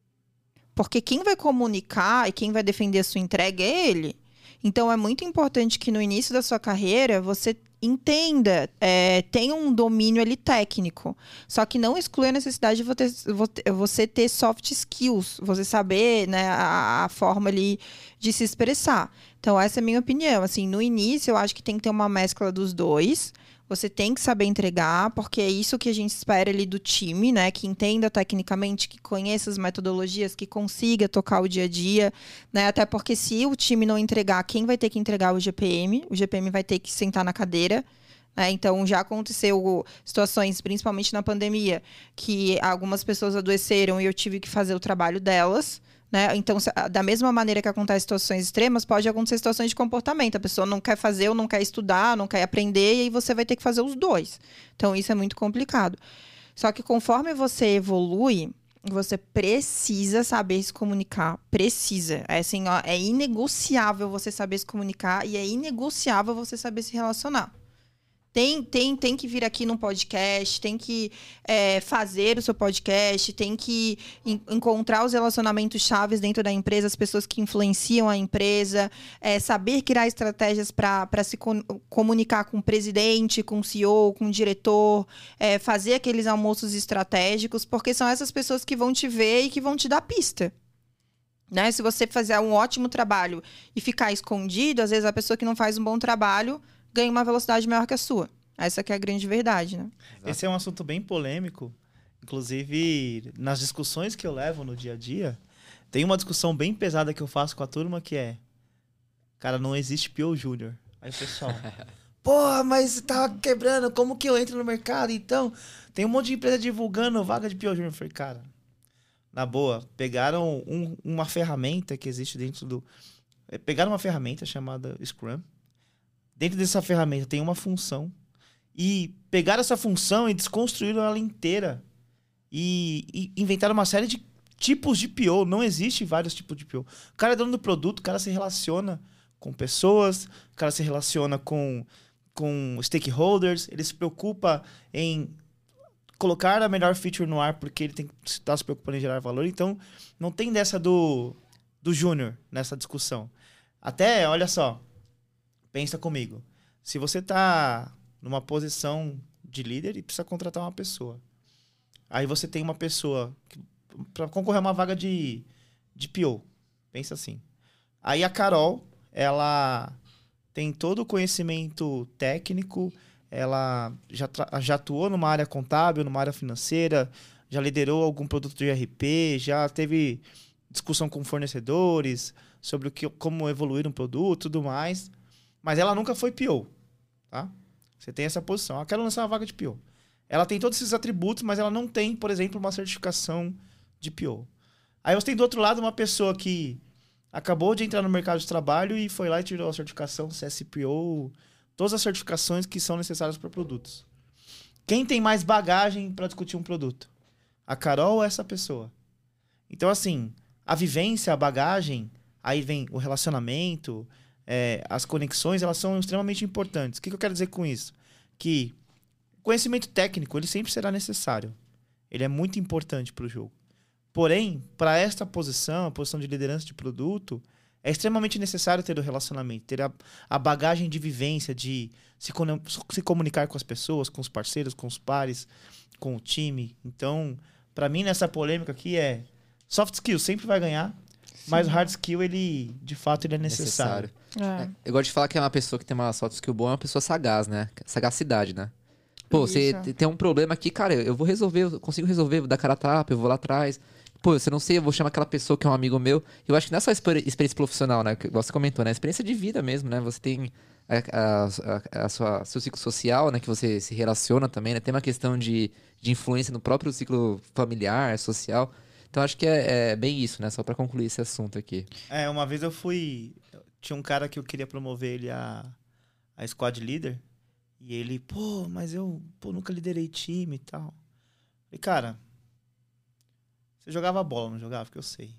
Porque quem vai comunicar e quem vai defender a sua entrega é ele. Então, é muito importante que no início da sua carreira você entenda, tenha um domínio ali técnico. Só que não exclui a necessidade de você ter soft skills, você saber, né, a forma ali de se expressar. Então, essa é a minha opinião. Assim, no início, eu acho que tem que ter uma mescla dos dois. Você tem que saber entregar, porque é isso que a gente espera ali do time, né? Que entenda tecnicamente, que conheça as metodologias, que consiga tocar o dia a dia, né? Até porque se o time não entregar, quem vai ter que entregar o GPM? O GPM vai ter que sentar na cadeira. Então, já aconteceu situações, principalmente na pandemia, que algumas pessoas adoeceram e eu tive que fazer o trabalho delas. Né? Então, da mesma maneira que acontecem situações extremas, pode acontecer situações de comportamento. A pessoa não quer fazer ou não quer estudar, não quer aprender, e aí você vai ter que fazer os dois. Então, isso é muito complicado. Só que conforme você evolui, você precisa saber se comunicar. Precisa. Assim, ó, é inegociável você saber se comunicar e é inegociável você saber se relacionar. Tem que vir aqui num podcast, tem que fazer o seu podcast, tem que encontrar os relacionamentos chaves dentro da empresa, as pessoas que influenciam a empresa, saber criar estratégias para se comunicar com o presidente, com o CEO, com o diretor, fazer aqueles almoços estratégicos, porque são essas pessoas que vão te ver e que vão te dar pista. Né? Se você fizer um ótimo trabalho e ficar escondido, às vezes a pessoa que não faz um bom trabalho ganha uma velocidade maior que a sua. Essa que é a grande verdade, né? Esse é um assunto bem polêmico. Inclusive, nas discussões que eu levo no dia a dia, tem uma discussão bem pesada que eu faço com a turma que é: cara, não existe PO Júnior. Aí o pessoal, porra, mas tá quebrando, como que eu entro no mercado? Então, tem um monte de empresa divulgando vaga de PO Júnior. Eu falei, cara, na boa, pegaram uma ferramenta que existe dentro do... Pegaram uma ferramenta chamada Scrum. Dentro dessa ferramenta tem uma função. E pegaram essa função e desconstruíram ela inteira. E inventaram uma série de tipos de PO. Não existe vários tipos de PO. O cara é dono do produto, o cara se relaciona com pessoas, o cara se relaciona com stakeholders, ele se preocupa em colocar a melhor feature no ar porque ele tem que estar se preocupando em gerar valor. Então, não tem dessa do júnior nessa discussão. Até, olha só, pensa comigo. Se você está numa posição de líder e precisa contratar uma pessoa, aí você tem uma pessoa para concorrer a uma vaga de PO. Pensa assim. Aí a Carol, ela tem todo o conhecimento técnico, ela já atuou numa área contábil, numa área financeira, já liderou algum produto de ERP, já teve discussão com fornecedores sobre como evoluir um produto e tudo mais. Mas ela nunca foi PO, tá? Você tem essa posição. Ela quer lançar uma vaga de PO. Ela tem todos esses atributos, mas ela não tem, por exemplo, uma certificação de PO. Aí você tem do outro lado uma pessoa que acabou de entrar no mercado de trabalho e foi lá e tirou a certificação CSPO, todas as certificações que são necessárias para produtos. Quem tem mais bagagem para discutir um produto? A Carol ou essa pessoa? Então, assim, a vivência, a bagagem, aí vem o relacionamento, as conexões, elas são extremamente importantes. O que eu quero dizer com isso? Que o conhecimento técnico, ele sempre será necessário. Ele é muito importante para o jogo. Porém, para esta posição, a posição de liderança de produto, é extremamente necessário ter o relacionamento, ter a bagagem de vivência, de se comunicar com as pessoas, com os parceiros, com os pares, com o time. Então, para mim, nessa polêmica aqui soft skill sempre vai ganhar, mas o hard skill, ele, de fato, ele é necessário. Eu gosto de falar que é uma pessoa que tem uma soft skill boa, é uma pessoa sagaz, né? Sagacidade, né? Pô, você tem um problema aqui, cara, eu vou resolver, eu consigo resolver, vou dar cara a tapa, eu vou lá atrás. Pô, você não sei, eu vou chamar aquela pessoa que é um amigo meu. Eu acho que não é só experiência profissional, né? Que você comentou, né? Experiência de vida mesmo, né? Você tem seu ciclo social, né? Que você se relaciona também, né? Tem uma questão de influência no próprio ciclo familiar, social. Então, acho que é bem isso, né? Só pra concluir esse assunto aqui. Uma vez tinha um cara que eu queria promover ele a squad leader. E ele, mas eu nunca liderei time e tal. E, cara, você jogava bola, não jogava? Porque eu sei.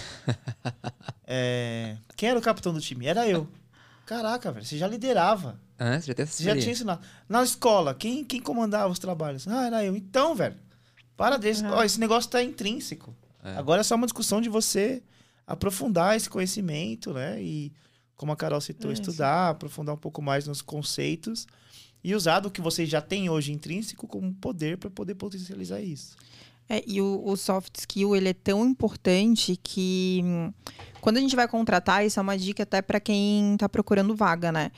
Quem era o capitão do time? Era eu. Caraca, velho, você já liderava. Você já tem essa Você já tinha ensinado. Na escola, quem comandava os trabalhos? Era eu. Então, velho, para desse. Esse negócio tá intrínseco. Agora é só uma discussão de você aprofundar esse conhecimento, né? E, como a Carol citou, estudar, aprofundar um pouco mais nos conceitos e usar do que você já tem hoje intrínseco como poder para poder potencializar isso. E o soft skill, ele é tão importante que quando a gente vai contratar, isso é uma dica até para quem está procurando vaga, né?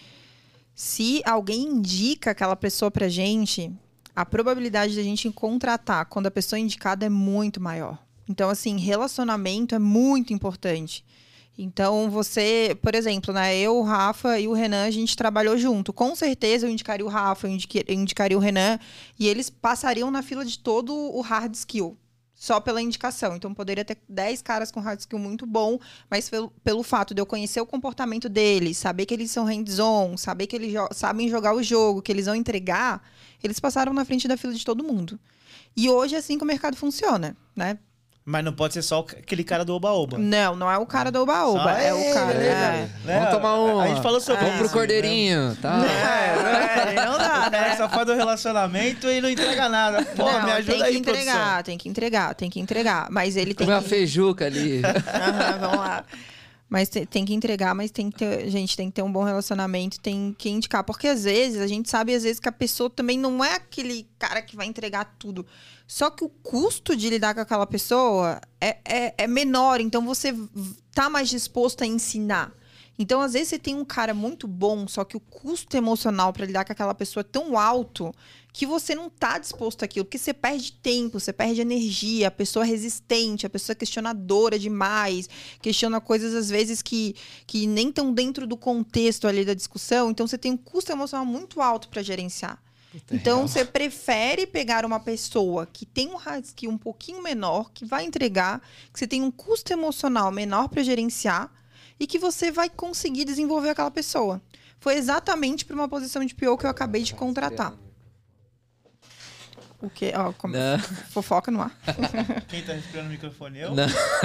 Se alguém indica aquela pessoa pra gente, a probabilidade de a gente contratar quando a pessoa indicada é muito maior. Então, assim, relacionamento é muito importante. Então, você, por exemplo, né? Eu, o Rafa e o Renan, a gente trabalhou junto. Com certeza eu indicaria o Rafa, eu indicaria o Renan, e eles passariam na fila de todo o hard skill, só pela indicação. Então, poderia ter 10 caras com hard skill muito bom, mas pelo fato de eu conhecer o comportamento deles, saber que eles são hands-on, saber que eles sabem jogar o jogo, que eles vão entregar, eles passaram na frente da fila de todo mundo. E hoje é assim que o mercado funciona, né? Mas não pode ser só aquele cara do Oba-Oba. Não é o cara do Oba-Oba. É o cara. Né? Vamos tomar um. A gente falou sobre Vamos pro cordeirinho, né? Tá? Não dá, né? Só faz do relacionamento e não entrega nada. Pô, me ajuda aí, produção. Tem que entregar. Mas ele tem uma feijuca ali. Vamos lá. Mas tem que entregar, mas tem que ter, gente, tem que ter um bom relacionamento, tem que indicar. Porque às vezes, a gente sabe às vezes que a pessoa também não é aquele cara que vai entregar tudo. Só que o custo de lidar com aquela pessoa é menor, então você tá mais disposto a ensinar. Então, às vezes, você tem um cara muito bom, só que o custo emocional para lidar com aquela pessoa é tão alto que você não tá disposto àquilo, porque você perde tempo, você perde energia, a pessoa é resistente, a pessoa é questionadora demais, questiona coisas, às vezes, que nem estão dentro do contexto ali da discussão, então você tem um custo emocional muito alto para gerenciar. Então, você prefere pegar uma pessoa que tem um hard skill um pouquinho menor, que vai entregar, que você tem um custo emocional menor para gerenciar e que você vai conseguir desenvolver aquela pessoa. Foi exatamente para uma posição de PO que eu acabei de contratar. O quê? Fofoca no ar. Quem tá respirando no microfone? Eu?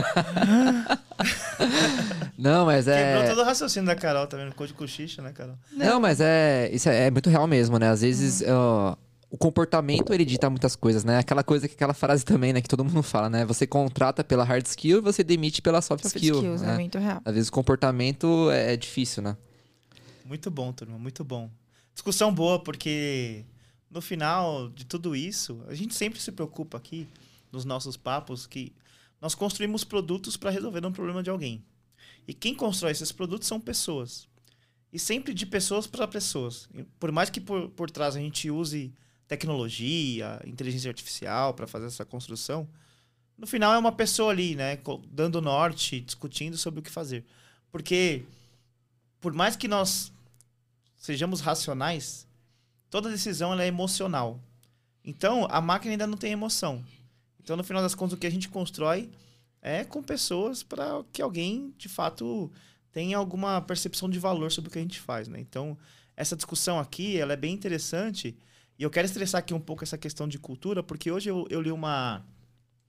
Não, mas Quebrou todo o raciocínio da Carol, tá vendo? Ficou de cochicha, né, Carol? Não, mas isso é muito real mesmo, né? Às vezes o comportamento, ele dita muitas coisas, né? Aquela frase também, né? Que todo mundo fala, né? Você contrata pela hard skill e você demite pela soft skill. Skills, né? É muito real. Às vezes o comportamento é difícil, né? Muito bom, turma, muito bom. Discussão boa, porque no final de tudo isso, a gente sempre se preocupa aqui, nos nossos papos, que nós construímos produtos para resolver um problema de alguém. E quem constrói esses produtos são pessoas. E sempre de pessoas para pessoas. Por mais que por trás a gente use tecnologia, inteligência artificial para fazer essa construção, no final é uma pessoa ali, né, dando norte, discutindo sobre o que fazer. Porque por mais que nós sejamos racionais, toda decisão ela é emocional. Então, a máquina ainda não tem emoção. Então, no final das contas, o que a gente constrói é com pessoas para que alguém, de fato, tenha alguma percepção de valor sobre o que a gente faz, né? Então, essa discussão aqui, ela é bem interessante. E eu quero estressar aqui um pouco essa questão de cultura, porque hoje eu li uma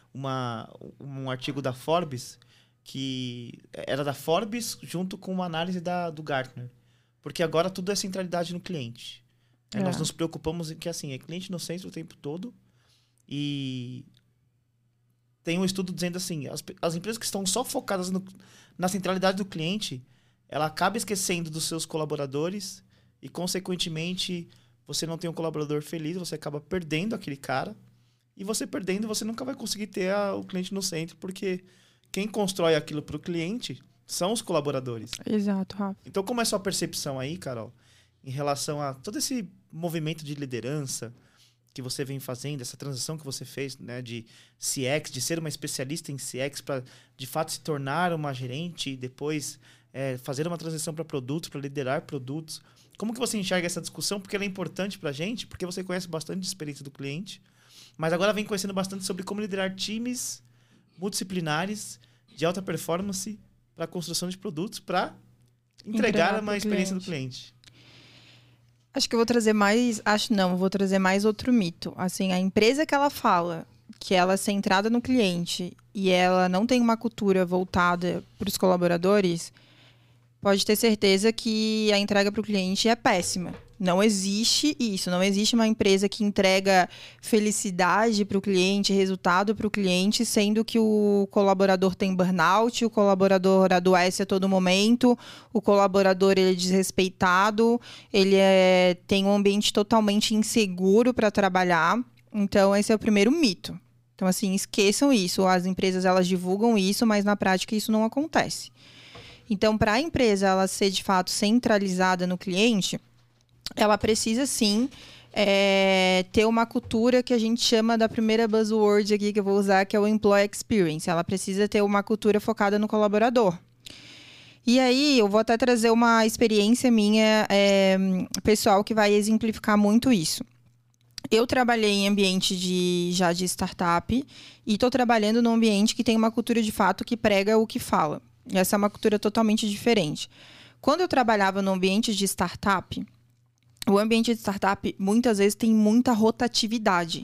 um artigo da Forbes, que era da Forbes junto com uma análise do Gartner. Porque agora tudo é centralidade no cliente. Nós nos preocupamos em que, assim, é cliente no centro o tempo todo. E tem um estudo dizendo assim, as empresas que estão só focadas na centralidade do cliente, ela acaba esquecendo dos seus colaboradores e, consequentemente, você não tem um colaborador feliz, você acaba perdendo aquele cara. E você perdendo, você nunca vai conseguir ter o cliente no centro, porque quem constrói aquilo para o cliente são os colaboradores. Exato, Rafa. Então, como é a sua percepção aí, Carol, em relação a todo esse movimento de liderança que você vem fazendo, essa transição que você fez, né, de CX, de ser uma especialista em CX para, de fato, se tornar uma gerente e depois fazer uma transição para produtos, para liderar produtos. Como que você enxerga essa discussão? Porque ela é importante para a gente, porque você conhece bastante de experiência do cliente, mas agora vem conhecendo bastante sobre como liderar times multidisciplinares de alta performance para a construção de produtos, para entregar uma experiência do cliente. Acho que eu vou trazer mais... vou trazer mais outro mito. Assim, a empresa que ela fala que ela é centrada no cliente e ela não tem uma cultura voltada para os colaboradores, pode ter certeza que a entrega para o cliente é péssima. Não existe isso. Não existe uma empresa que entrega felicidade para o cliente, resultado para o cliente, sendo que o colaborador tem burnout, o colaborador adoece a todo momento, o colaborador ele é desrespeitado, ele tem um ambiente totalmente inseguro para trabalhar. Então, esse é o primeiro mito. Então, assim, esqueçam isso. As empresas, elas divulgam isso, mas na prática isso não acontece. Então, para a empresa ela ser, de fato, centralizada no cliente, ela precisa, sim, ter uma cultura que a gente chama da primeira buzzword aqui que eu vou usar, que é o Employee Experience. Ela precisa ter uma cultura focada no colaborador. E aí, eu vou até trazer uma experiência minha pessoal que vai exemplificar muito isso. Eu trabalhei em ambiente de startup e estou trabalhando num ambiente que tem uma cultura, de fato, que prega o que fala. Essa é uma cultura totalmente diferente. Quando eu trabalhava no ambiente de startup, o ambiente de startup, muitas vezes, tem muita rotatividade.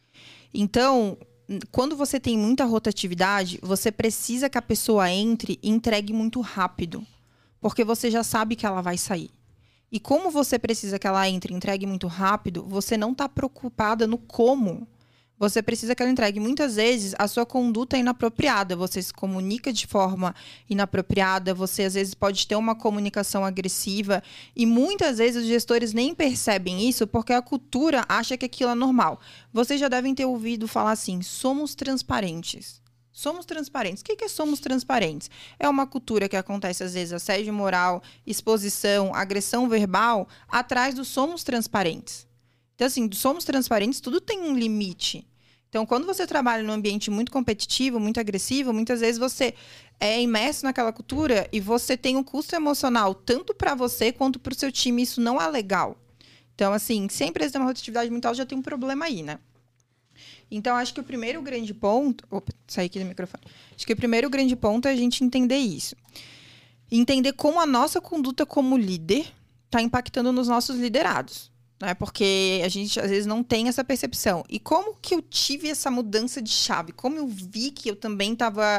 Então, quando você tem muita rotatividade, você precisa que a pessoa entre e entregue muito rápido, porque você já sabe que ela vai sair. E como você precisa que ela entre e entregue muito rápido, você não está preocupada no como. Você precisa que ela entregue. Muitas vezes, a sua conduta é inapropriada. Você se comunica de forma inapropriada. Você, às vezes, pode ter uma comunicação agressiva. E, muitas vezes, os gestores nem percebem isso porque a cultura acha que aquilo é normal. Vocês já devem ter ouvido falar assim, somos transparentes. Somos transparentes. O que é somos transparentes? É uma cultura que acontece, às vezes, assédio moral, exposição, agressão verbal, atrás do somos transparentes. Então, assim, somos transparentes, tudo tem um limite. Então, quando você trabalha num ambiente muito competitivo, muito agressivo, muitas vezes você é imerso naquela cultura e você tem um custo emocional tanto para você quanto para o seu time. Isso não é legal. Então, assim, se a empresa tem uma rotatividade muito alta, já tem um problema aí, né? Então, acho que o primeiro grande ponto... Opa, saí aqui do microfone. Acho que o primeiro grande ponto é a gente entender isso. Entender como a nossa conduta como líder está impactando nos nossos liderados. Né? Porque a gente, às vezes, não tem essa percepção. E como que eu tive essa mudança de chave? Como eu vi que eu também estava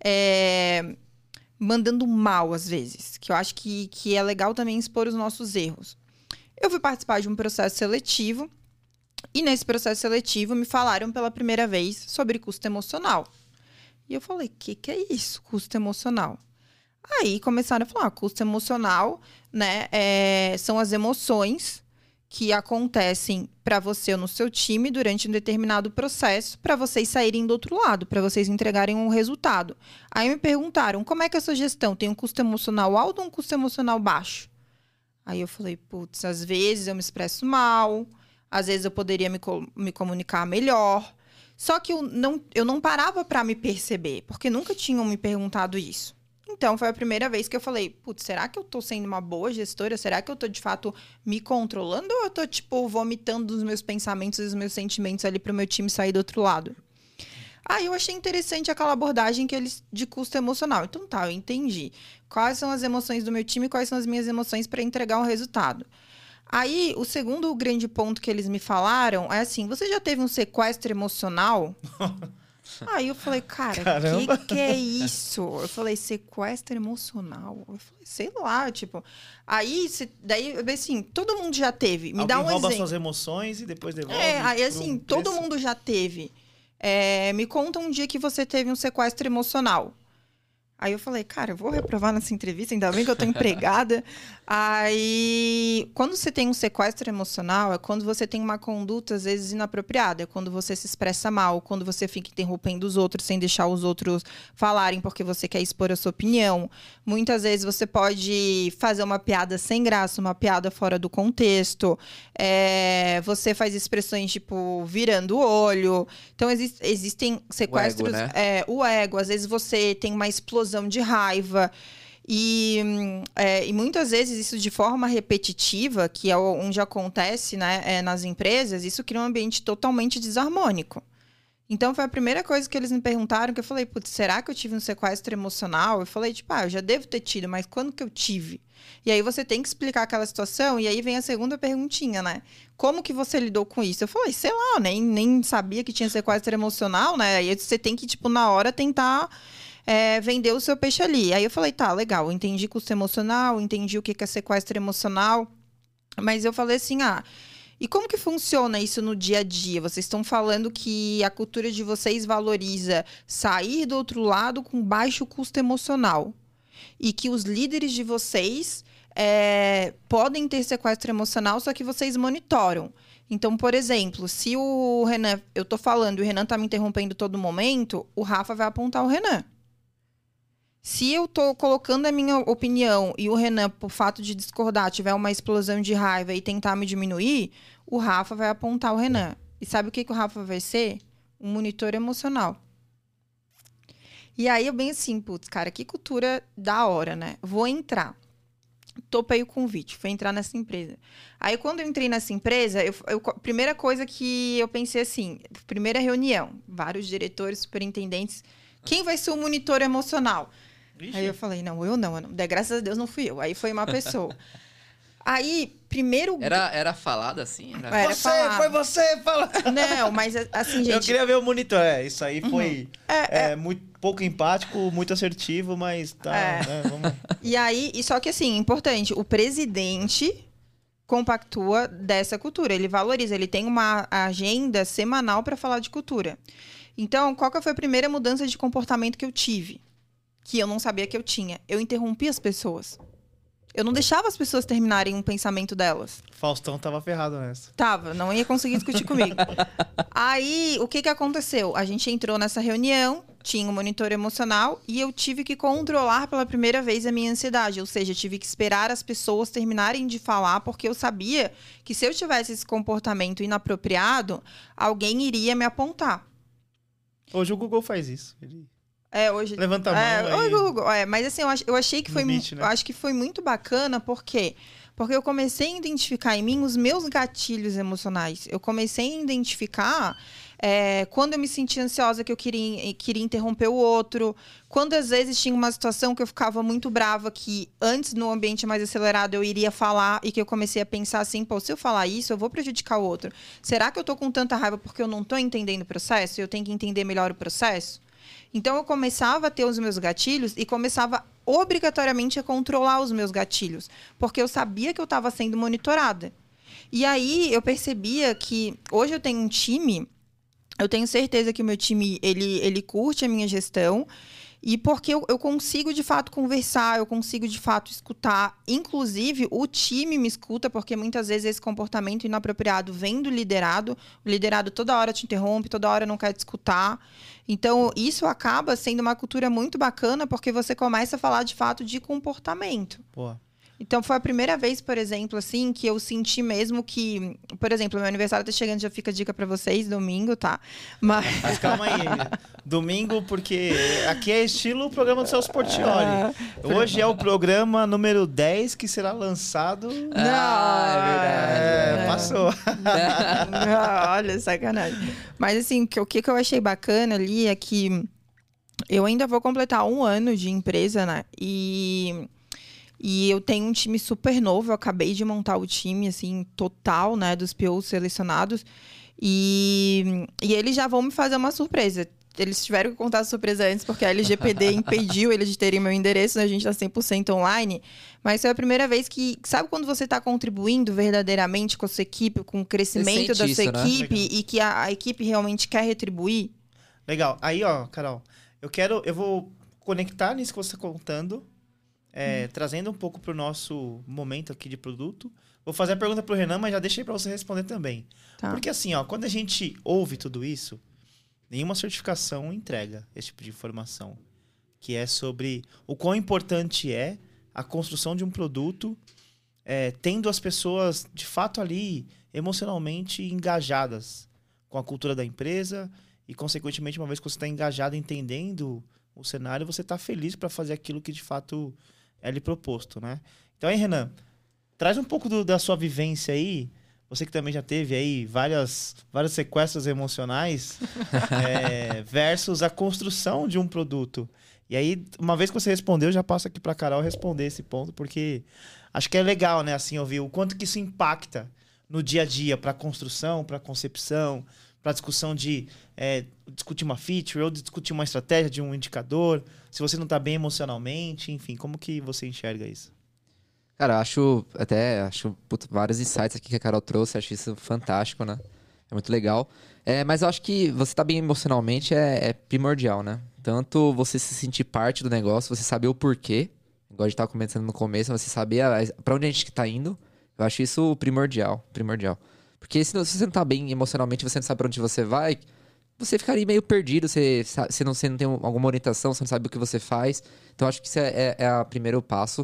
mandando mal, às vezes? Que eu acho que é legal também expor os nossos erros. Eu fui participar de um processo seletivo. E nesse processo seletivo me falaram pela primeira vez sobre custo emocional. E eu falei, o que é isso, custo emocional? Aí começaram a falar, custo emocional, né, são as emoções que acontecem para você ou no seu time durante um determinado processo para vocês saírem do outro lado, para vocês entregarem um resultado. Aí me perguntaram, como é que a sua gestão tem um custo emocional alto ou um custo emocional baixo? Aí eu falei, putz, às vezes eu me expresso mal, às vezes eu poderia me comunicar melhor. Só que eu não parava para me perceber, porque nunca tinham me perguntado isso. Então, foi a primeira vez que eu falei, putz, será que eu tô sendo uma boa gestora? Será que eu tô, de fato, me controlando? Ou eu tô, tipo, vomitando os meus pensamentos e os meus sentimentos ali pro meu time sair do outro lado? Aí eu achei interessante aquela abordagem que eles de custo emocional. Então, tá, eu entendi. Quais são as emoções do meu time e quais são as minhas emoções para entregar um resultado? Aí, o segundo grande ponto que eles me falaram é assim, você já teve um sequestro emocional? Aí eu falei, cara, que é isso? Eu falei, sequestro emocional? Eu falei, sei lá, tipo... Aí, daí, assim, todo mundo já teve. Me dá um rouba exemplo. suas emoções e depois devolve. Aí assim, todo mundo já teve. Me conta um dia que você teve um sequestro emocional. Aí eu falei, cara, eu vou reprovar nessa entrevista, ainda bem que eu tô empregada. Aí, quando você tem um sequestro emocional, é quando você tem uma conduta, às vezes, inapropriada. É quando você se expressa mal, quando você fica interrompendo os outros sem deixar os outros falarem porque você quer expor a sua opinião. Muitas vezes você pode fazer uma piada sem graça, uma piada fora do contexto. Você faz expressões, tipo, virando o olho. Então, existem sequestros... O ego, né? O ego. Às vezes você tem uma explosão de raiva e muitas vezes isso de forma repetitiva, que é onde acontece, né, nas empresas, isso cria um ambiente totalmente desarmônico. Então foi a primeira coisa que eles me perguntaram, que eu falei, putz, será que eu tive um sequestro emocional? Eu falei, tipo, eu já devo ter tido, mas quando que eu tive? E aí você tem que explicar aquela situação, e aí vem a segunda perguntinha, né? Como que você lidou com isso? Eu falei, sei lá, eu nem sabia que tinha sequestro emocional, né? Aí você tem que, tipo, na hora tentar vender o seu peixe ali. Aí eu falei, tá, legal, eu entendi custo emocional, entendi o que é sequestro emocional, mas eu falei assim, e como que funciona isso no dia a dia? Vocês estão falando que a cultura de vocês valoriza sair do outro lado com baixo custo emocional e que os líderes de vocês podem ter sequestro emocional, só que vocês monitoram. Então, por exemplo, se o Renan, eu tô falando e o Renan tá me interrompendo todo momento, o Rafa vai apontar o Renan. Se eu tô colocando a minha opinião e o Renan, por fato de discordar, tiver uma explosão de raiva e tentar me diminuir, o Rafa vai apontar o Renan. E sabe o que o Rafa vai ser? Um monitor emocional. E aí eu bem assim, putz, cara, que cultura da hora, né? Vou entrar. Topei o convite, fui entrar nessa empresa. Aí, quando eu entrei nessa empresa, primeira coisa que eu pensei assim, primeira reunião, vários diretores, superintendentes, quem vai ser o monitor emocional? Ixi. Aí eu falei, não. Graças a Deus não fui eu. Aí foi uma pessoa. Aí, primeiro... Era falado assim? Foi você falando. Não, mas assim, gente... Eu queria ver o monitor. Isso aí foi muito pouco empático, muito assertivo, mas tá, né, vamos... E aí, só que assim, importante, o presidente compactua dessa cultura. Ele valoriza, ele tem uma agenda semanal para falar de cultura. Então, qual que foi a primeira mudança de comportamento que eu tive? Que eu não sabia que eu tinha. Eu interrompi as pessoas. Eu não deixava as pessoas terminarem um pensamento delas. Faustão tava ferrado nessa. Tava, não ia conseguir discutir comigo. Aí, o que aconteceu? A gente entrou nessa reunião, tinha um monitor emocional e eu tive que controlar pela primeira vez a minha ansiedade. Ou seja, eu tive que esperar as pessoas terminarem de falar, porque eu sabia que se eu tivesse esse comportamento inapropriado, alguém iria me apontar. Hoje o Google faz isso. Hoje... Levanta a mão. Oi, Google. Mas assim, eu achei que foi... Meet, né? Eu acho que foi muito bacana, por quê? Porque eu comecei a identificar em mim os meus gatilhos emocionais. Eu comecei a identificar quando eu me sentia ansiosa que eu queria interromper o outro. Quando às vezes tinha uma situação que eu ficava muito brava, que antes, no ambiente mais acelerado, eu iria falar e que eu comecei a pensar assim, pô, se eu falar isso, eu vou prejudicar o outro. Será que eu tô com tanta raiva porque eu não tô entendendo o processo e eu tenho que entender melhor o processo? Então, eu começava a ter os meus gatilhos e começava obrigatoriamente a controlar os meus gatilhos, porque eu sabia que eu estava sendo monitorada. E aí, eu percebia que hoje eu tenho um time, eu tenho certeza que o meu time, ele curte a minha gestão, e porque eu consigo, de fato, conversar, eu consigo, de fato, escutar. Inclusive, o time me escuta, porque muitas vezes esse comportamento inapropriado vem do liderado. O liderado toda hora te interrompe, toda hora não quer te escutar. Então, isso acaba sendo uma cultura muito bacana, porque você começa a falar, de fato, de comportamento. Pô. Então, foi a primeira vez, por exemplo, assim, que eu senti mesmo que... Por exemplo, meu aniversário tá chegando, já fica a dica pra vocês, domingo, tá? Mas calma aí. Domingo, porque aqui é estilo o programa do Celso Portiolli. Hoje é o programa número 10 que será lançado... Não, é verdade. Passou. Não, olha, sacanagem. Mas, assim, o que eu achei bacana ali é que eu ainda vou completar 1 ano de empresa, né? E eu tenho um time super novo, eu acabei de montar o time, assim, total, né, dos POs selecionados. E eles já vão me fazer uma surpresa. eles tiveram que contar a surpresa antes, porque a LGPD impediu eles de terem meu endereço, né? A gente tá 100% online. Mas foi a primeira vez que... Sabe quando você tá contribuindo verdadeiramente com a sua equipe, com o crescimento da sua equipe, né? E que a equipe realmente quer retribuir? Legal. Aí, ó, Carol, eu vou conectar nisso que você está contando, trazendo um pouco para o nosso momento aqui de produto. Vou fazer a pergunta para o Renan, mas já deixei para você responder também. Tá. Porque assim, ó, quando a gente ouve tudo isso, nenhuma certificação entrega esse tipo de informação, que é sobre o quão importante é a construção de um produto, tendo as pessoas, de fato, ali emocionalmente engajadas com a cultura da empresa e, consequentemente, uma vez que você está engajado, entendendo o cenário, você está feliz para fazer aquilo que, de fato, é lhe proposto, né? Então, aí, Renan, traz um pouco da sua vivência aí. Você que também já teve aí vários sequestros emocionais versus a construção de um produto. E aí, uma vez que você respondeu, eu já passo aqui para a Carol responder esse ponto, porque acho que é legal, né, assim, ouvir o quanto que isso impacta no dia a dia para a construção, para a concepção, para a discussão de discutir uma feature ou discutir uma estratégia de um indicador, se você não está bem emocionalmente, enfim, como que você enxerga isso? Cara, acho vários insights aqui que a Carol trouxe, acho isso fantástico, né? É muito legal. Mas eu acho que você tá bem emocionalmente é primordial, né? Tanto você se sentir parte do negócio, você saber o porquê, igual a gente tava comentando no começo, você saber pra onde a gente tá indo, eu acho isso primordial. Porque se você não tá bem emocionalmente, você não sabe pra onde você vai, você ficaria meio perdido, você não tem alguma orientação, você não sabe o que você faz. Então, eu acho que isso é o primeiro passo.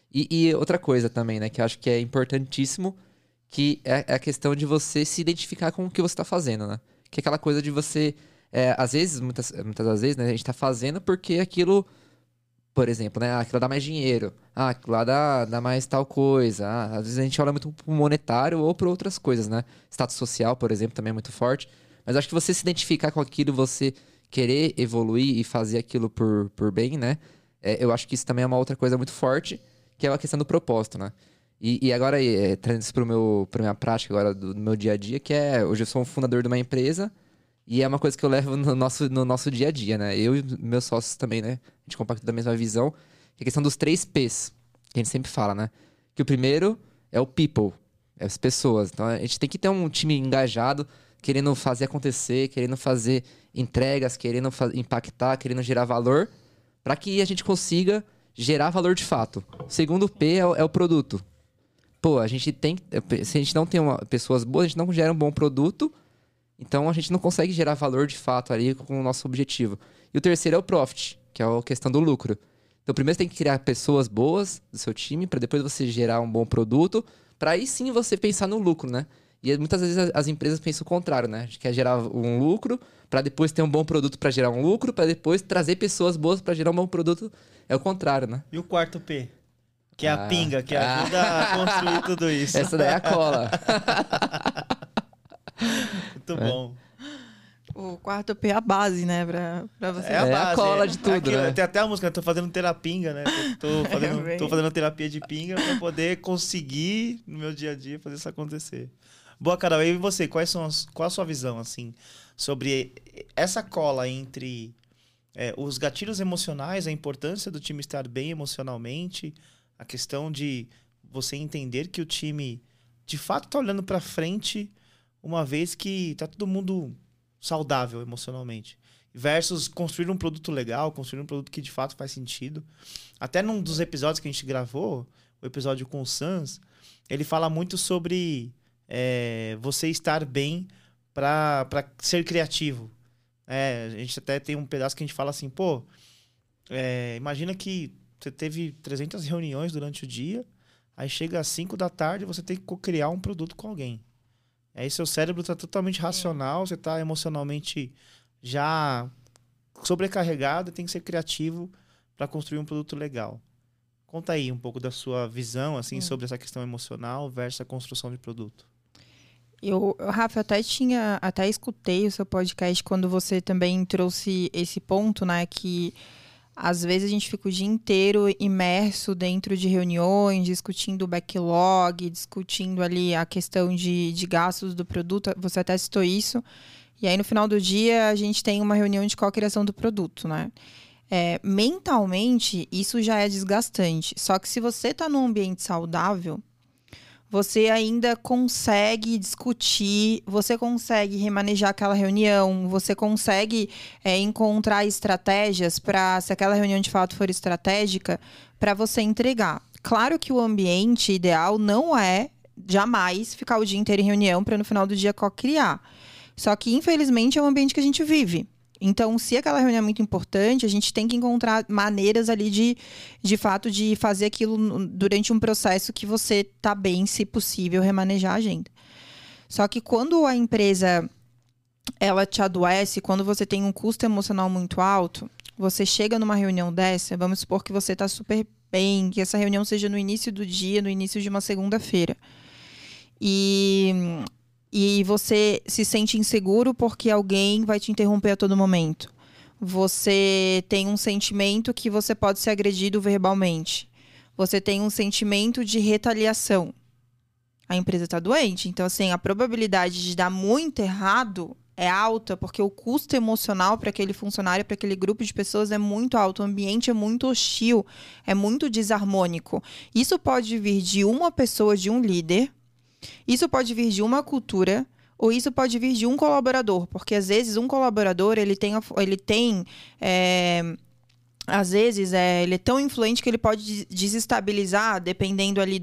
E outra coisa também, né, que eu acho que é importantíssimo, que é a questão de você se identificar com o que você está fazendo, né? Que é aquela coisa de você, às vezes, muitas das vezes, né, a gente está fazendo porque aquilo, por exemplo, né, aquilo dá mais dinheiro, aquilo lá dá mais tal coisa, às vezes a gente olha muito pro monetário ou para outras coisas, né? Status social, por exemplo, também é muito forte. Mas acho que você se identificar com aquilo, você querer evoluir e fazer aquilo por bem, né? Eu acho que isso também é uma outra coisa muito forte, que é a questão do propósito, né? E agora, trazendo isso pra minha prática agora do meu dia a dia, que hoje eu sou um fundador de uma empresa e é uma coisa que eu levo no nosso dia a dia, né? Eu e meus sócios também, né? A gente compacta da mesma visão, que é a questão dos 3 P's, que a gente sempre fala, né? Que o primeiro é o people, é as pessoas. Então, a gente tem que ter um time engajado, querendo fazer acontecer, querendo fazer entregas, querendo impactar, querendo gerar valor, para que a gente consiga gerar valor de fato. O segundo P é o produto. Pô, se a gente não tem pessoas boas, a gente não gera um bom produto, então a gente não consegue gerar valor de fato ali com o nosso objetivo. E o terceiro é o profit, que é a questão do lucro. Então primeiro você tem que criar pessoas boas do seu time, para depois você gerar um bom produto, para aí sim você pensar no lucro, né? E muitas vezes as empresas pensam o contrário, né? A gente quer gerar um lucro, para depois ter um bom produto para gerar um lucro, para depois trazer pessoas boas para gerar um bom produto. É o contrário, né? E o quarto P? Que é a pinga, que ajuda a construir tudo isso. Essa daí é a cola. Muito bom. O quarto P é a base, né? Pra você. É a base. A cola de tudo, né? Tem até a música, eu tô fazendo terapinga, né? Tô fazendo terapia de pinga pra poder conseguir, no meu dia a dia, fazer isso acontecer. Boa, Carol. E você, qual a sua visão, assim, sobre essa cola entre os gatilhos emocionais, a importância do time estar bem emocionalmente, a questão de você entender que o time, de fato, tá olhando pra frente, uma vez que tá todo mundo saudável emocionalmente. Versus construir um produto legal, construir um produto que de fato faz sentido. Até num dos episódios que a gente gravou, o episódio com o Sans, ele fala muito sobre você estar bem para ser criativo. A gente até tem um pedaço que a gente fala assim, imagina que você teve 300 reuniões durante o dia, aí chega às 5 da tarde e você tem que co-criar um produto com alguém. Aí seu cérebro está totalmente racional, você está emocionalmente já sobrecarregado e tem que ser criativo para construir um produto legal. Conta aí um pouco da sua visão assim, sobre essa questão emocional versus a construção de produto. Rafa, eu até escutei o seu podcast quando você também trouxe esse ponto, né, que às vezes a gente fica o dia inteiro imerso dentro de reuniões, discutindo o backlog, discutindo ali a questão de gastos do produto. Você até citou isso. E aí, no final do dia, a gente tem uma reunião de co-criação do produto, né? Mentalmente, isso já é desgastante. Só que se você está num ambiente saudável, você ainda consegue discutir, você consegue remanejar aquela reunião, você consegue encontrar estratégias para, se aquela reunião de fato for estratégica, para você entregar. Claro que o ambiente ideal não é jamais ficar o dia inteiro em reunião para no final do dia co-criar. Só que, infelizmente, é o ambiente que a gente vive. Então, se aquela reunião é muito importante, a gente tem que encontrar maneiras ali de fato, de fazer aquilo durante um processo que você tá bem, se possível, remanejar a agenda. Só que quando a empresa, ela te adoece, quando você tem um custo emocional muito alto, você chega numa reunião dessa, vamos supor que você tá super bem, que essa reunião seja no início do dia, no início de uma segunda-feira. E você se sente inseguro porque alguém vai te interromper a todo momento. Você tem um sentimento que você pode ser agredido verbalmente. Você tem um sentimento de retaliação. A empresa está doente. Então, assim, a probabilidade de dar muito errado é alta, porque o custo emocional para aquele funcionário, para aquele grupo de pessoas é muito alto. O ambiente é muito hostil, é muito desarmônico. Isso pode vir de uma pessoa, de um líder. Isso pode vir de uma cultura ou isso pode vir de um colaborador, porque às vezes um colaborador ele é tão influente que ele pode desestabilizar, dependendo ali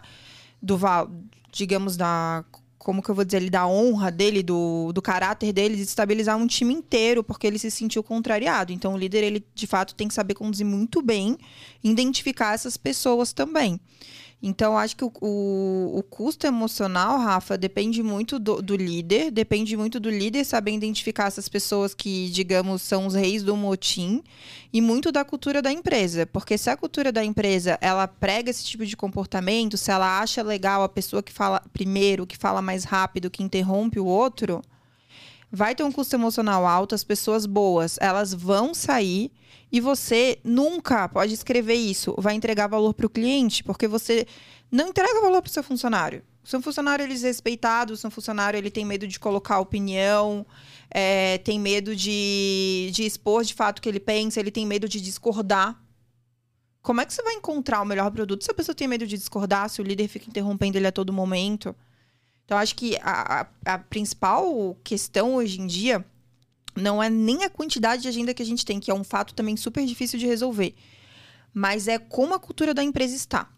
como que eu vou dizer, ali, da honra dele, do caráter dele, desestabilizar um time inteiro, porque ele se sentiu contrariado. Então o líder, ele de fato tem que saber conduzir muito bem, identificar essas pessoas também. Então, acho que o custo emocional, Rafa, depende muito do líder, saber identificar essas pessoas que, digamos, são os reis do motim, e muito da cultura da empresa. Porque se a cultura da empresa, ela prega esse tipo de comportamento, se ela acha legal a pessoa que fala primeiro, que fala mais rápido, que interrompe o outro, vai ter um custo emocional alto, as pessoas boas, elas vão sair. E você nunca pode escrever isso, vai entregar valor para o cliente, porque você não entrega valor para o seu funcionário. O seu funcionário, ele é desrespeitado, o seu funcionário, ele tem medo de colocar opinião, tem medo de expor de fato o que ele pensa, ele tem medo de discordar. Como é que você vai encontrar o melhor produto se a pessoa tem medo de discordar, se o líder fica interrompendo ele a todo momento? Então, acho que a principal questão hoje em dia não é nem a quantidade de agenda que a gente tem, que é um fato também super difícil de resolver. Mas é como a cultura da empresa está.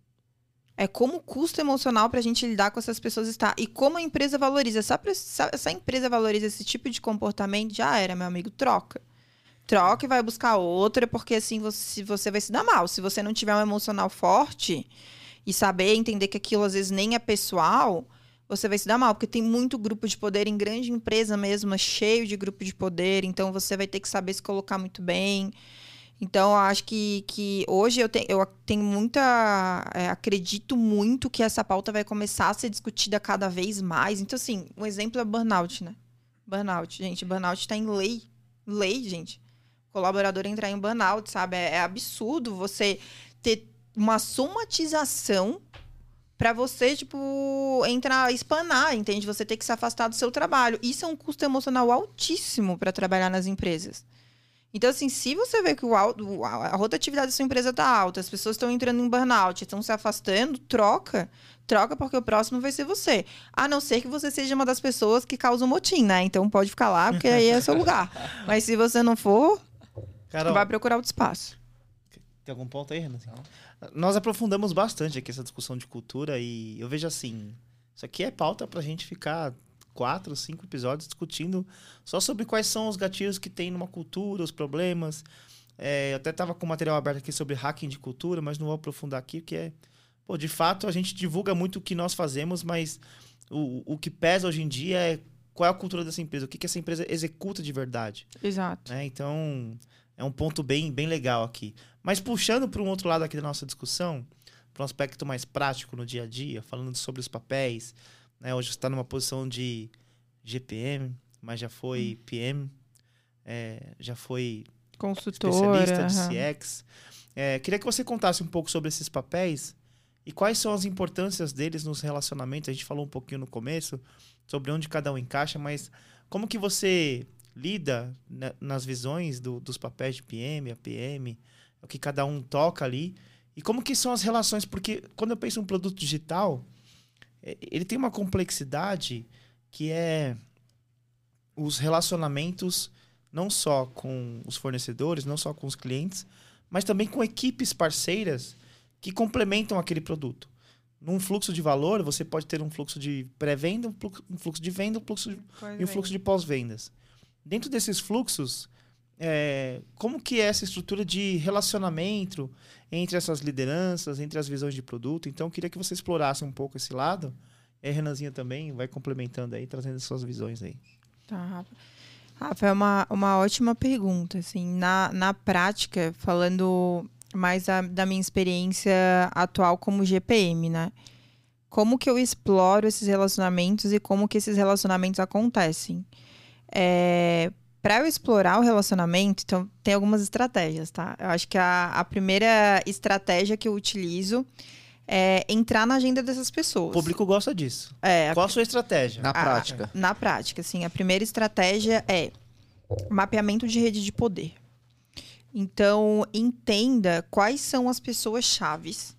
É como o custo emocional para a gente lidar com essas pessoas está. E como a empresa valoriza. Se a empresa valoriza esse tipo de comportamento, já era, meu amigo, troca. Troca e vai buscar outra, porque assim você vai se dar mal. Se você não tiver um emocional forte e saber entender que aquilo às vezes nem é pessoal, você vai se dar mal, porque tem muito grupo de poder em grande empresa mesmo, cheio de grupo de poder, então você vai ter que saber se colocar muito bem. Então, eu acho que hoje eu tenho muita... acredito muito que essa pauta vai começar a ser discutida cada vez mais. Então, assim, um exemplo é burnout, né? Burnout, gente. Burnout está em lei. Lei, gente. Colaborador entrar em burnout, sabe? É absurdo você ter uma somatização para você, espanar, entende? Você ter que se afastar do seu trabalho. Isso é um custo emocional altíssimo para trabalhar nas empresas. Então, assim, se você vê que a rotatividade da sua empresa está alta, as pessoas estão entrando em burnout, estão se afastando, troca. Troca, porque o próximo vai ser você. A não ser que você seja uma das pessoas que causam motim, né? Então, pode ficar lá, porque aí é seu lugar. Mas se você não for, Carol, vai procurar outro espaço. Tem algum ponto aí, Renan? Nós aprofundamos bastante aqui essa discussão de cultura e eu vejo assim, isso aqui é pauta pra gente ficar 4, 5 episódios discutindo só sobre quais são os gatilhos que tem numa cultura, os problemas. Eu até tava com o material aberto aqui sobre hacking de cultura, mas não vou aprofundar aqui, porque de fato a gente divulga muito o que nós fazemos, mas o que pesa hoje em dia é qual é a cultura dessa empresa, o que essa empresa executa de verdade. Exato. Então, é um ponto bem legal aqui. Mas puxando para um outro lado aqui da nossa discussão, para um aspecto mais prático no dia a dia, falando sobre os papéis, né? Hoje você está numa posição de GPM, mas já foi PM, já foi consultora, especialista de CX. Queria que você contasse um pouco sobre esses papéis e quais são as importâncias deles nos relacionamentos. A gente falou um pouquinho no começo sobre onde cada um encaixa, mas como que você lida nas visões dos papéis de PM, APM, o que cada um toca ali, e como que são as relações, porque quando eu penso em um produto digital, ele tem uma complexidade que é os relacionamentos não só com os fornecedores, não só com os clientes, mas também com equipes parceiras que complementam aquele produto. Num fluxo de valor, você pode ter um fluxo de pré-venda, um fluxo de venda, e um fluxo de pós-vendas. Dentro desses fluxos, como que é essa estrutura de relacionamento entre essas lideranças, entre as visões de produto? Então, eu queria que você explorasse um pouco esse lado. E a Renanzinha também vai complementando aí, trazendo as suas visões aí. Tá, Rafa, é uma ótima pergunta. Assim, na prática, falando mais da minha experiência atual como GPM, né? Como que eu exploro esses relacionamentos e como que esses relacionamentos acontecem? Para eu explorar o relacionamento, então, tem algumas estratégias, tá? Eu acho que a primeira estratégia que eu utilizo é entrar na agenda dessas pessoas. O público gosta disso. Qual a sua estratégia? Na prática. Na prática, sim. A primeira estratégia é mapeamento de rede de poder. Então, entenda quais são as pessoas chaves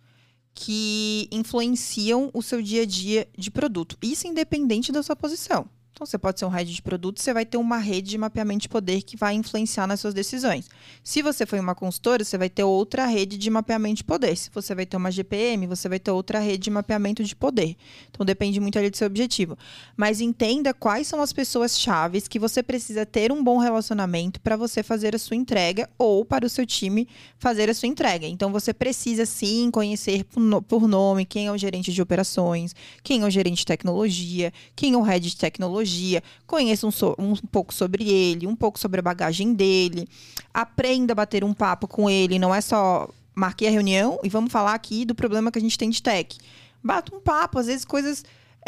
que influenciam o seu dia a dia de produto. Isso independente da sua posição. Então, você pode ser um head de produto, você vai ter uma rede de mapeamento de poder que vai influenciar nas suas decisões. Se você for uma consultora, você vai ter outra rede de mapeamento de poder. Se você vai ter uma GPM, você vai ter outra rede de mapeamento de poder. Então, depende muito ali do seu objetivo. Mas entenda quais são as pessoas chaves que você precisa ter um bom relacionamento para você fazer a sua entrega ou para o seu time fazer a sua entrega. Então, você precisa, sim, conhecer por nome quem é o gerente de operações, quem é o gerente de tecnologia, quem é o head de tecnologia. Conheça um pouco sobre ele, um pouco sobre a bagagem dele, aprenda a bater um papo com ele, não é só marquei a reunião e vamos falar aqui do problema que a gente tem de tech. Bata um papo, às vezes coisas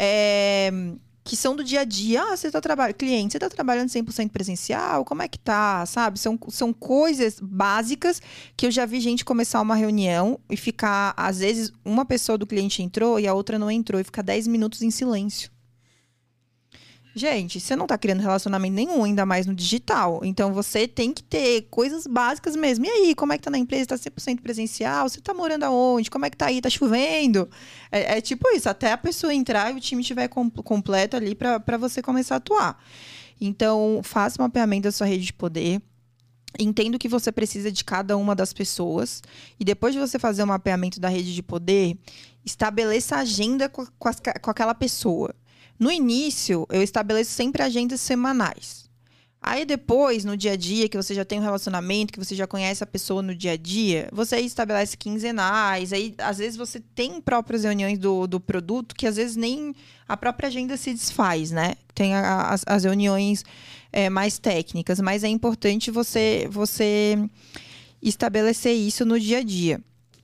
que são do dia a dia. Você tá cliente, você tá trabalhando 100% presencial? Como é que tá, sabe? São coisas básicas que eu já vi gente começar uma reunião e ficar, às vezes, uma pessoa do cliente entrou e a outra não entrou e ficar 10 minutos em silêncio. Gente, você não tá criando relacionamento nenhum, ainda mais no digital. Então, você tem que ter coisas básicas mesmo. E aí, como é que tá na empresa? Tá 100% presencial? Você tá morando aonde? Como é que tá aí? Tá chovendo? É tipo isso, até a pessoa entrar e o time estiver completo ali para você começar a atuar. Então, faça o mapeamento da sua rede de poder. Entenda o que você precisa de cada uma das pessoas. E depois de você fazer o mapeamento da rede de poder, estabeleça a agenda com aquela pessoa. No início, eu estabeleço sempre agendas semanais. Aí depois, no dia a dia, que você já tem um relacionamento, que você já conhece a pessoa no dia a dia, você aí estabelece quinzenais. Aí, às vezes, você tem próprias reuniões do produto, que às vezes nem a própria agenda se desfaz, né? Tem as reuniões mais técnicas, mas é importante você estabelecer isso no dia a dia.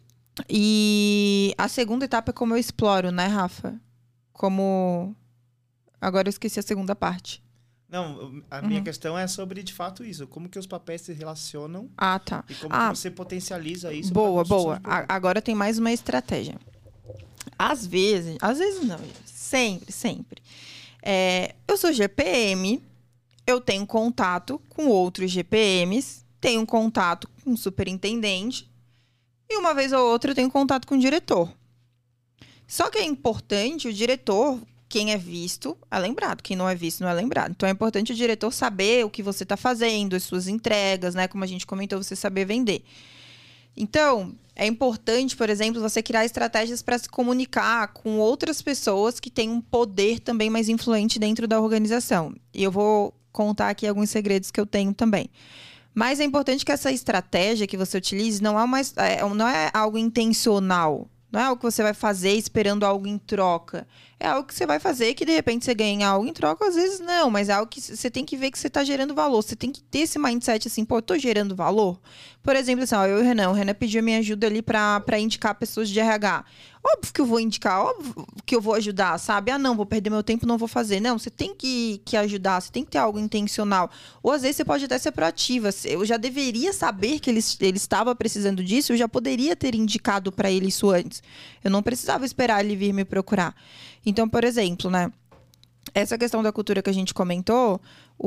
E a segunda etapa é como eu exploro, né, Rafa? Agora eu esqueci a segunda parte. Não, a minha questão é sobre, de fato, isso. Como que os papéis se relacionam. Tá. E como que você potencializa isso. Boa. Agora tem mais uma estratégia. Às vezes não, sempre. Eu sou GPM, eu tenho contato com outros GPMs, tenho contato com o superintendente e uma vez ou outra eu tenho contato com o diretor. Só que é importante o diretor... Quem é visto é lembrado, quem não é visto não é lembrado. Então, é importante o diretor saber o que você está fazendo, as suas entregas, né? Como a gente comentou, você saber vender. Então, é importante, por exemplo, você criar estratégias para se comunicar com outras pessoas que têm um poder também mais influente dentro da organização. E eu vou contar aqui alguns segredos que eu tenho também. Mas é importante que essa estratégia que você utilize não é algo intencional. Não é algo que você vai fazer esperando algo em troca. É algo que você vai fazer que, de repente, você ganha algo em troca. Às vezes, não. Mas é algo que você tem que ver que você está gerando valor. Você tem que ter esse mindset assim, eu estou gerando valor? Por exemplo, assim, eu e o Renan pediu a minha ajuda ali para indicar pessoas de RH. Óbvio que eu vou indicar, óbvio que eu vou ajudar, sabe? Não, vou perder meu tempo, não vou fazer. Não, você tem que ajudar, você tem que ter algo intencional. Ou, às vezes, você pode até ser proativa. Eu já deveria saber que ele estava precisando disso, eu já poderia ter indicado para ele isso antes. Eu não precisava esperar ele vir me procurar. Então, por exemplo, né? Essa questão da cultura que a gente comentou,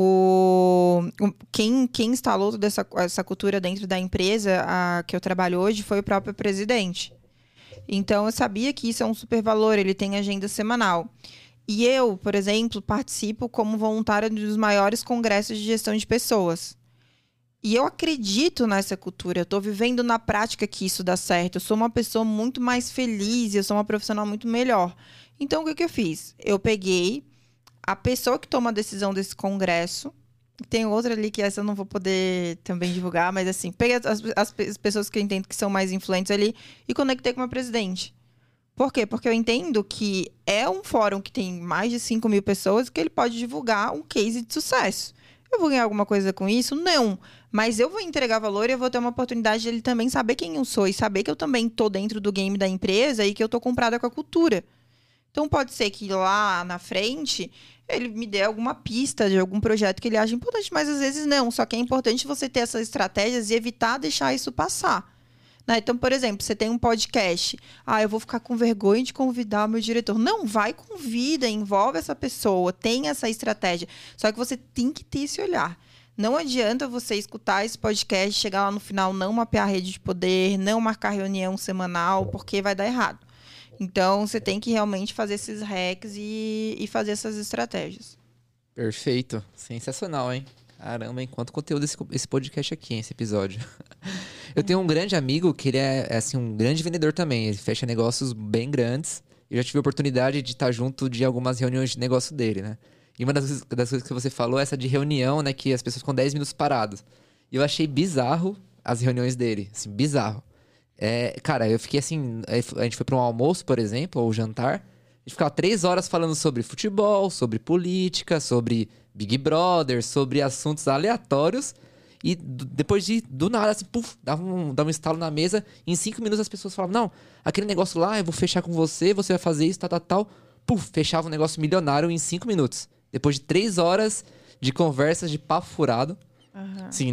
quem instalou toda essa cultura dentro da empresa que eu trabalho hoje foi o próprio presidente. Então, eu sabia que isso é um super valor, ele tem agenda semanal. E eu, por exemplo, participo como voluntária dos maiores congressos de gestão de pessoas. E eu acredito nessa cultura, eu estou vivendo na prática que isso dá certo. Eu sou uma pessoa muito mais feliz, eu sou uma profissional muito melhor. Então, o que eu fiz? Eu peguei a pessoa que toma a decisão desse congresso, tem outra ali que essa eu não vou poder também divulgar, mas assim, peguei as pessoas que eu entendo que são mais influentes ali e conectei com o meu presidente. Por quê? Porque eu entendo que é um fórum que tem mais de 5 mil pessoas que ele pode divulgar um case de sucesso. Eu vou ganhar alguma coisa com isso? Não. Mas eu vou entregar valor e eu vou ter uma oportunidade de ele também saber quem eu sou e saber que eu também estou dentro do game da empresa e que eu estou comprada com a cultura. Então, pode ser que lá na frente ele me dê alguma pista de algum projeto que ele acha importante, mas às vezes não. Só que é importante você ter essas estratégias e evitar deixar isso passar. Né? Então, por exemplo, você tem um podcast. Eu vou ficar com vergonha de convidar o meu diretor. Não, vai, convida, envolve essa pessoa, tem essa estratégia. Só que você tem que ter esse olhar. Não adianta você escutar esse podcast, chegar lá no final, não mapear a rede de poder, não marcar reunião semanal, porque vai dar errado. Então, você tem que realmente fazer esses hacks e fazer essas estratégias. Perfeito. Sensacional, hein? Caramba, hein? Quanto conteúdo esse podcast aqui, hein? Esse episódio. Eu tenho um grande amigo que ele é assim, um grande vendedor também. Ele fecha negócios bem grandes. Eu já tive a oportunidade de estar junto de algumas reuniões de negócio dele, né? E uma das coisas que você falou é essa de reunião, né? Que as pessoas ficam 10 minutos paradas. E eu achei bizarro as reuniões dele. Assim, bizarro. Cara, eu fiquei assim... A gente foi para um almoço, por exemplo, ou jantar. A gente ficava 3 horas falando sobre futebol, sobre política, sobre Big Brother, sobre assuntos aleatórios. E depois do nada, assim, dava um estalo na mesa. E em 5 minutos as pessoas falavam, não, aquele negócio lá, eu vou fechar com você, você vai fazer isso, tal. Fechava um negócio milionário em 5 minutos. Depois de 3 horas de conversas de papo furado. Uhum. Assim,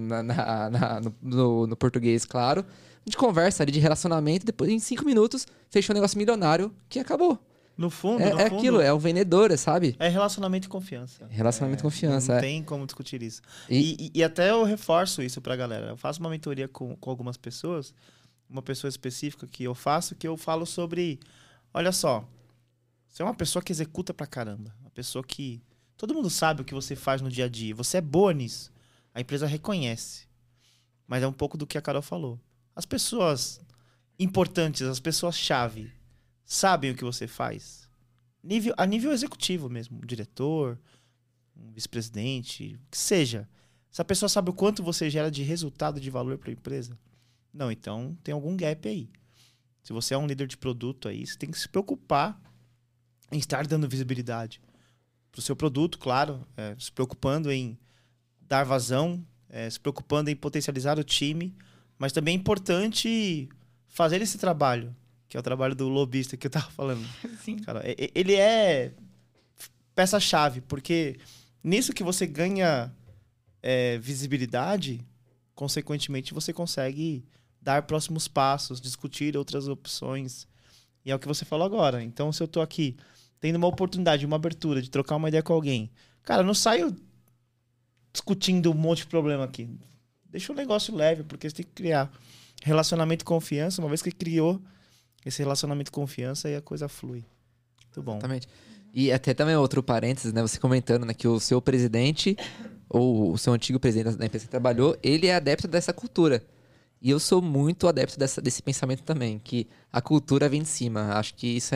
no português, claro. De conversa ali, de relacionamento. Depois, em 5 minutos, fechou um negócio milionário que acabou. No fundo, aquilo, é o vendedor, sabe? É relacionamento e confiança. Relacionamento e confiança, Não tem como discutir isso. E até eu reforço isso pra galera. Eu faço uma mentoria com algumas pessoas, uma pessoa específica que eu falo sobre... Olha só, você é uma pessoa que executa pra caramba. Uma pessoa que... Todo mundo sabe o que você faz no dia a dia. Você é boa nisso. A empresa reconhece. Mas é um pouco do que a Carol falou. As pessoas importantes, as pessoas-chave, sabem o que você faz? A nível executivo mesmo. Um diretor, um vice-presidente, o que seja. Essa pessoa sabe o quanto você gera de resultado, de valor para a empresa? Não, então tem algum gap aí. Se você é um líder de produto aí, você tem que se preocupar em estar dando visibilidade para o seu produto, claro. Se preocupando em dar vazão, se preocupando em potencializar o time. Mas também é importante fazer esse trabalho, que é o trabalho do lobista que eu tava falando. Sim. Cara, ele é peça-chave, porque nisso que você ganha visibilidade, consequentemente você consegue dar próximos passos, discutir outras opções. E é o que você falou agora. Então, se eu tô aqui tendo uma oportunidade, uma abertura de trocar uma ideia com alguém, cara, eu não saio discutindo um monte de problema aqui. Deixa o negócio leve, porque você tem que criar relacionamento e confiança. Uma vez que criou esse relacionamento e confiança, aí a coisa flui. Muito bom. Exatamente. E até também outro parênteses, né? Você comentando, né, que o seu presidente, ou o seu antigo presidente da empresa que trabalhou, ele é adepto dessa cultura. E eu sou muito adepto desse pensamento também, que a cultura vem de cima. Acho que isso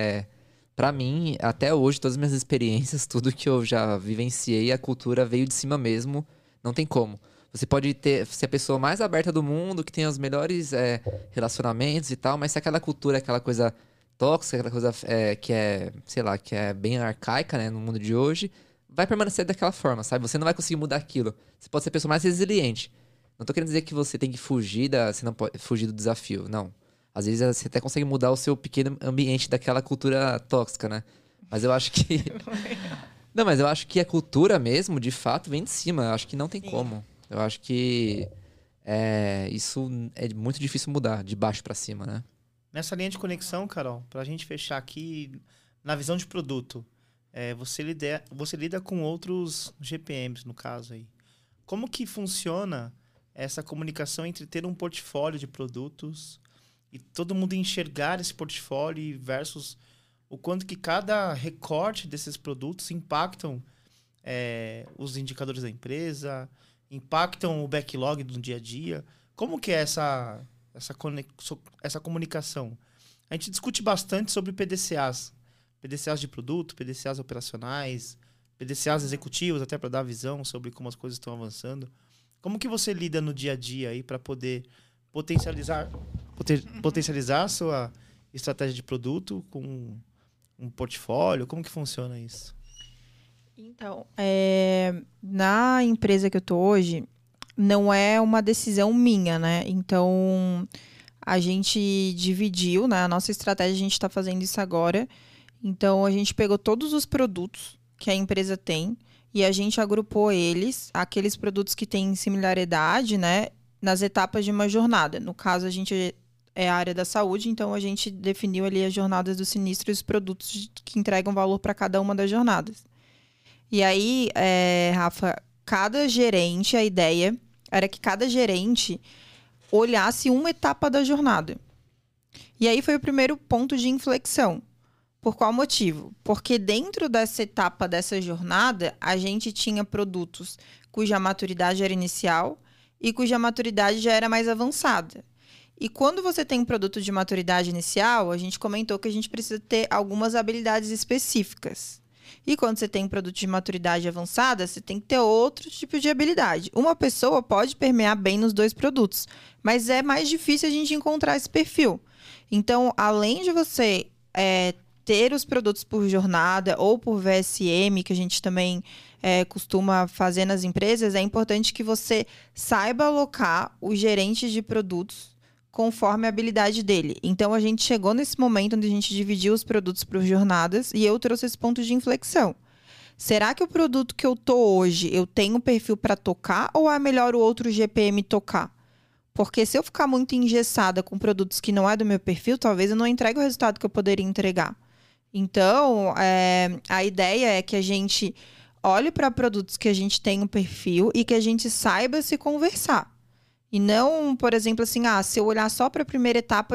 pra mim, até hoje, todas as minhas experiências, tudo que eu já vivenciei, a cultura veio de cima mesmo. Não tem como. Você pode ser a pessoa mais aberta do mundo, que tem os melhores relacionamentos e tal, mas se aquela cultura, aquela coisa tóxica, aquela coisa que é, sei lá, que é bem arcaica, né, no mundo de hoje, vai permanecer daquela forma, sabe? Você não vai conseguir mudar aquilo. Você pode ser a pessoa mais resiliente. Não tô querendo dizer que você tem que você não pode fugir do desafio, não. Às vezes você até consegue mudar o seu pequeno ambiente daquela cultura tóxica, né? Mas eu acho que... Não, mas eu acho que a cultura mesmo, de fato, vem de cima. Eu acho que não tem como. Eu acho que isso é muito difícil mudar, de baixo para cima, né? Nessa linha de conexão, Carol, pra gente fechar aqui, na visão de produto, você lida com outros GPMs, no caso aí. Como que funciona essa comunicação entre ter um portfólio de produtos e todo mundo enxergar esse portfólio versus o quanto que cada recorte desses produtos impactam os indicadores da empresa, impactam o backlog do dia a dia? Como que é essa comunicação? A gente discute bastante sobre PDCAs de produto, PDCAs operacionais, PDCAs executivos, até para dar visão sobre como as coisas estão avançando. Como que você lida no dia a dia aí para poder potencializar a sua estratégia de produto com um portfólio? Como que funciona isso? Então, na empresa que eu tô hoje, não é uma decisão minha, né? Então, a gente dividiu, né? A nossa estratégia, a gente está fazendo isso agora. Então, a gente pegou todos os produtos que a empresa tem e a gente agrupou aqueles produtos que têm similaridade, né? Nas etapas de uma jornada. No caso, a gente é a área da saúde, então a gente definiu ali as jornadas do sinistro e os produtos que entregam valor para cada uma das jornadas. E aí, Rafa, a ideia era que cada gerente olhasse uma etapa da jornada. E aí foi o primeiro ponto de inflexão. Por qual motivo? Porque dentro dessa etapa dessa jornada, a gente tinha produtos cuja maturidade era inicial e cuja maturidade já era mais avançada. E quando você tem um produto de maturidade inicial, a gente comentou que a gente precisa ter algumas habilidades específicas. E quando você tem um produto de maturidade avançada, você tem que ter outro tipo de habilidade. Uma pessoa pode permear bem nos dois produtos, mas é mais difícil a gente encontrar esse perfil. Então, além de você ter os produtos por jornada ou por VSM, que a gente também costuma fazer nas empresas, é importante que você saiba alocar os gerentes de produtos conforme a habilidade dele. Então, a gente chegou nesse momento onde a gente dividiu os produtos por jornadas e eu trouxe esse ponto de inflexão. Será que o produto que eu tô hoje, eu tenho perfil para tocar ou é melhor o outro GPM tocar? Porque se eu ficar muito engessada com produtos que não é do meu perfil, talvez eu não entregue o resultado que eu poderia entregar. Então, a ideia é que a gente olhe para produtos que a gente tem um perfil e que a gente saiba se conversar. E não, por exemplo, assim, se eu olhar só para a primeira etapa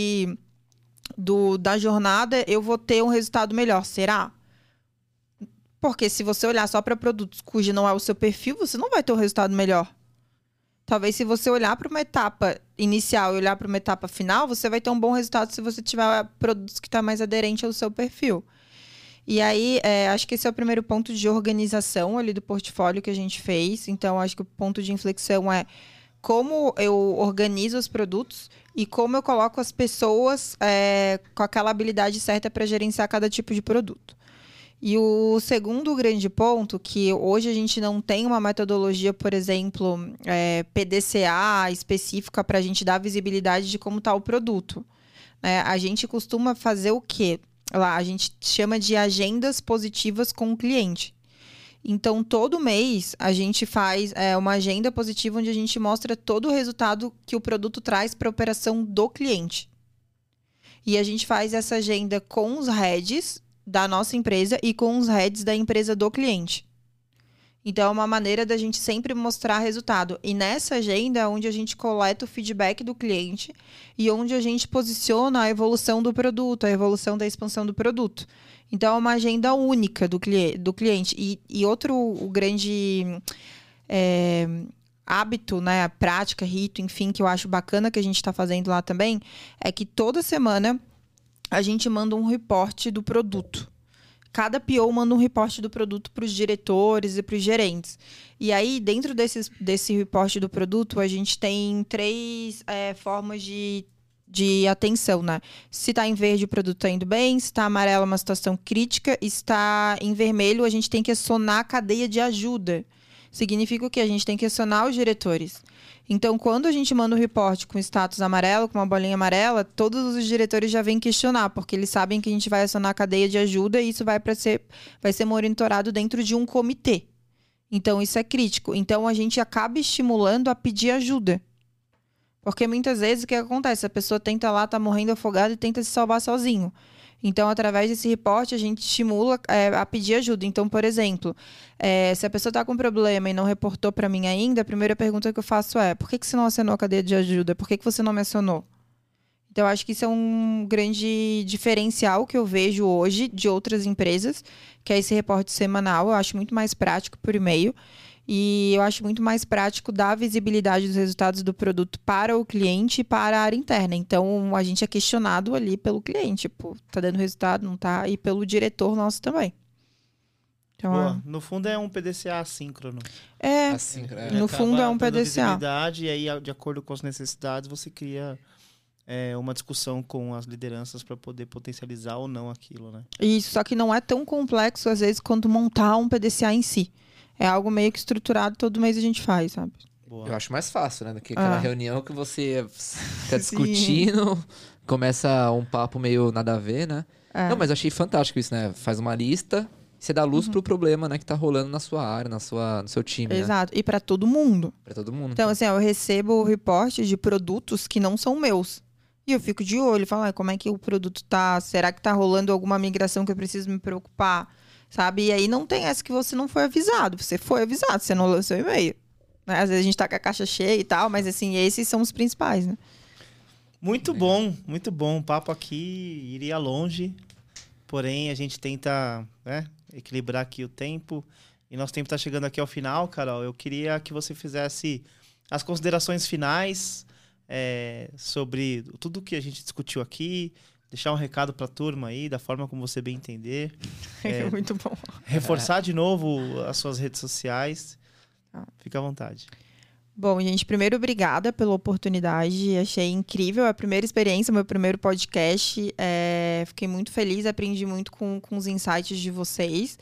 da jornada, eu vou ter um resultado melhor. Será? Porque se você olhar só para produtos cujo não é o seu perfil, você não vai ter um resultado melhor. Talvez se você olhar para uma etapa inicial e olhar para uma etapa final, você vai ter um bom resultado se você tiver produtos que estão mais aderentes ao seu perfil. E aí, acho que esse é o primeiro ponto de organização ali do portfólio que a gente fez. Então, acho que o ponto de inflexão é como eu organizo os produtos e como eu coloco as pessoas com aquela habilidade certa para gerenciar cada tipo de produto. E o segundo grande ponto, que hoje a gente não tem uma metodologia, por exemplo, PDCA específica para a gente dar visibilidade de como está o produto. A gente costuma fazer o quê? Lá, a gente chama de agendas positivas com o cliente. Então, todo mês, a gente faz uma agenda positiva onde a gente mostra todo o resultado que o produto traz para a operação do cliente. E a gente faz essa agenda com os heads da nossa empresa e com os heads da empresa do cliente. Então, é uma maneira da gente sempre mostrar resultado. E nessa agenda é onde a gente coleta o feedback do cliente e onde a gente posiciona a evolução do produto, a evolução da expansão do produto. Então, é uma agenda única do cliente. E outro grande hábito, né, prática, rito, enfim, que eu acho bacana que a gente está fazendo lá também, é que toda semana a gente manda um reporte do produto. Cada PO manda um reporte do produto para os diretores e para os gerentes. E aí, dentro desse reporte do produto, a gente tem 3 formas de atenção, né? Se está em verde, o produto está indo bem. Se está amarelo, é uma situação crítica. E se está em vermelho, a gente tem que acionar a cadeia de ajuda. Significa o quê? A gente tem que acionar os diretores. Então, quando a gente manda um reporte com status amarelo, com uma bolinha amarela, todos os diretores já vêm questionar, porque eles sabem que a gente vai acionar a cadeia de ajuda e isso vai ser monitorado dentro de um comitê. Então, isso é crítico. Então, a gente acaba estimulando a pedir ajuda. Porque muitas vezes o que acontece? A pessoa tenta lá, tá morrendo afogada e tenta se salvar sozinho. Então, através desse reporte, a gente estimula a pedir ajuda. Então, por exemplo, se a pessoa está com problema e não reportou para mim ainda, a primeira pergunta que eu faço é: por que você não acionou a cadeia de ajuda? Por que você não me acionou? Então, eu acho que isso é um grande diferencial que eu vejo hoje de outras empresas, que é esse reporte semanal. Eu acho muito mais prático por e-mail. E eu acho muito mais prático dar visibilidade dos resultados do produto para o cliente e para a área interna. Então, a gente é questionado ali pelo cliente. Tipo, tá dando resultado, não tá? E pelo diretor nosso também. Então, no fundo é um PDCA assíncrono. No fundo é um PDCA. Visibilidade, e aí, de acordo com as necessidades, você cria uma discussão com as lideranças para poder potencializar ou não aquilo, né? Isso, só que não é tão complexo, às vezes, quanto montar um PDCA em si. É algo meio que estruturado, todo mês a gente faz, sabe? Boa. Eu acho mais fácil, né? Do que aquela reunião que você fica discutindo, começa um papo meio nada a ver, né? Não, mas eu achei fantástico isso, né? Faz uma lista, você dá luz pro problema, né? Que tá rolando na sua área, no seu time, Exato. Né? E pra todo mundo. Pra todo mundo. Então, assim, eu recebo reportes de produtos que não são meus. E eu fico de olho, falo, como é que o produto tá? Será que tá rolando alguma migração que eu preciso me preocupar? Sabe? E aí não tem essa que você não foi avisado. Você foi avisado, você não leu seu e-mail. Né? Às vezes a gente tá com a caixa cheia e tal, mas assim, esses são os principais, né? Muito bom, muito bom. O papo aqui iria longe, porém a gente tenta, né, equilibrar aqui o tempo. E nosso tempo tá chegando aqui ao final, Carol. Eu queria que você fizesse as considerações finais sobre tudo que a gente discutiu aqui. Deixar um recado para a turma aí, da forma como você bem entender. Muito bom. Reforçar de novo as suas redes sociais. Fica à vontade. Bom, gente, primeiro, obrigada pela oportunidade. Achei incrível a primeira experiência, meu primeiro podcast. Fiquei muito feliz, aprendi muito com os insights de vocês.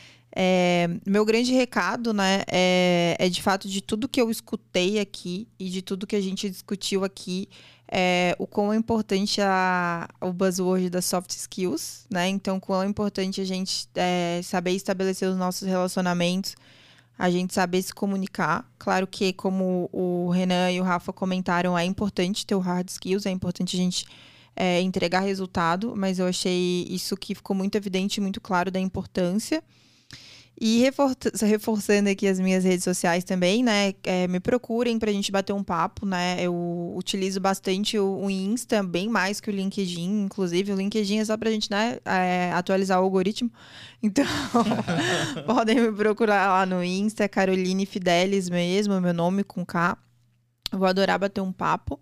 Meu grande recado, né, é de fato de tudo que eu escutei aqui e de tudo que a gente discutiu aqui, o quão é importante o buzzword das soft skills, né? Então, quão é importante a gente saber estabelecer os nossos relacionamentos, a gente saber se comunicar. Claro que, como o Renan e o Rafa comentaram, é importante ter o hard skills, é importante a gente entregar resultado, mas eu achei isso que ficou muito evidente e muito claro da importância. E reforçando aqui as minhas redes sociais também, né? Me procurem pra gente bater um papo, né? Eu utilizo bastante o Insta, bem mais que o LinkedIn. Inclusive, o LinkedIn é só pra gente, né, atualizar o algoritmo. Então, podem me procurar lá no Insta, Caroline Fidelis mesmo, meu nome com K. Vou adorar bater um papo.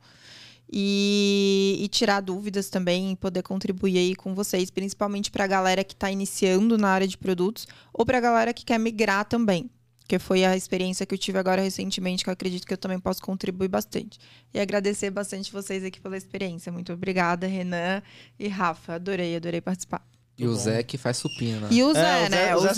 E tirar dúvidas também e poder contribuir aí com vocês, principalmente para a galera que está iniciando na área de produtos ou para a galera que quer migrar também, que foi a experiência que eu tive agora recentemente, que eu acredito que eu também posso contribuir bastante. E agradecer bastante vocês aqui pela experiência. Muito obrigada, Renan e Rafa. Adorei participar. E o Zé que faz supino, né? E o Zé, né? O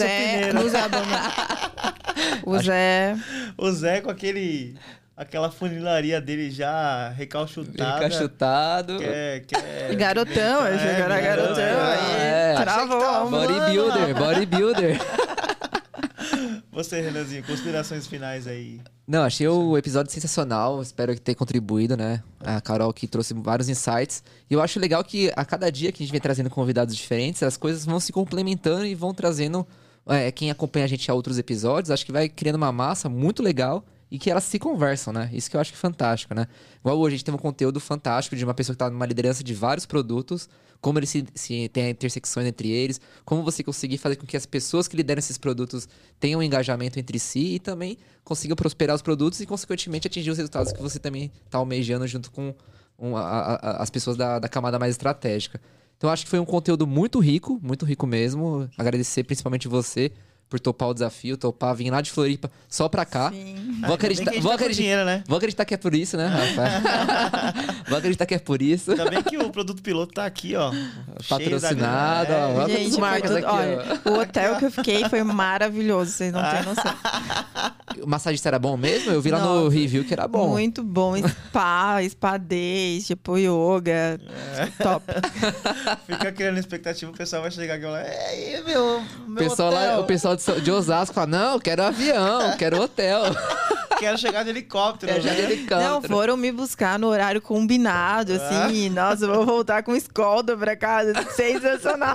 Zé... O Zé com aquela funilaria dele já recalchutado. Garotão, eu cheguei agora garotão. Travou. Bodybuilder. Você, Renanzinho, considerações finais aí. Não, achei o episódio sensacional. Espero que tenha contribuído, né? A Carol que trouxe vários insights. E eu acho legal que a cada dia que a gente vem trazendo convidados diferentes, as coisas vão se complementando e vão trazendo quem acompanha a gente a outros episódios. Acho que vai criando uma massa muito legal. E que elas se conversam, né? Isso que eu acho que é fantástico, né? Igual hoje a gente teve um conteúdo fantástico de uma pessoa que está numa liderança de vários produtos, como eles tem intersecções entre eles, como você conseguir fazer com que as pessoas que lideram esses produtos tenham um engajamento entre si e também consigam prosperar os produtos e, consequentemente, atingir os resultados que você também está almejando junto com as pessoas da camada mais estratégica. Então, eu acho que foi um conteúdo muito rico mesmo. Agradecer principalmente você por topar o desafio, vir lá de Floripa só pra cá. Sim. Vou acreditar que é por isso, né, Rafa? Vou acreditar que é por isso. Ainda bem que o produto piloto tá aqui, ó. Patrocinado, ó. Gente, aqui, o hotel que eu fiquei foi maravilhoso, vocês não têm noção. O massagista era bom mesmo? Eu vi lá no review que era bom. Muito bom. Spa days, tipo yoga. Top. Fica criando expectativa, o pessoal vai chegar aqui e falar: meu o pessoal de Osasco fala: não, quero avião, quero hotel. quero chegar de helicóptero. Eu já de né? helicóptero. Não, foram me buscar no horário combinado, assim. Nossa, eu vou voltar com escolta pra casa. Sensacional.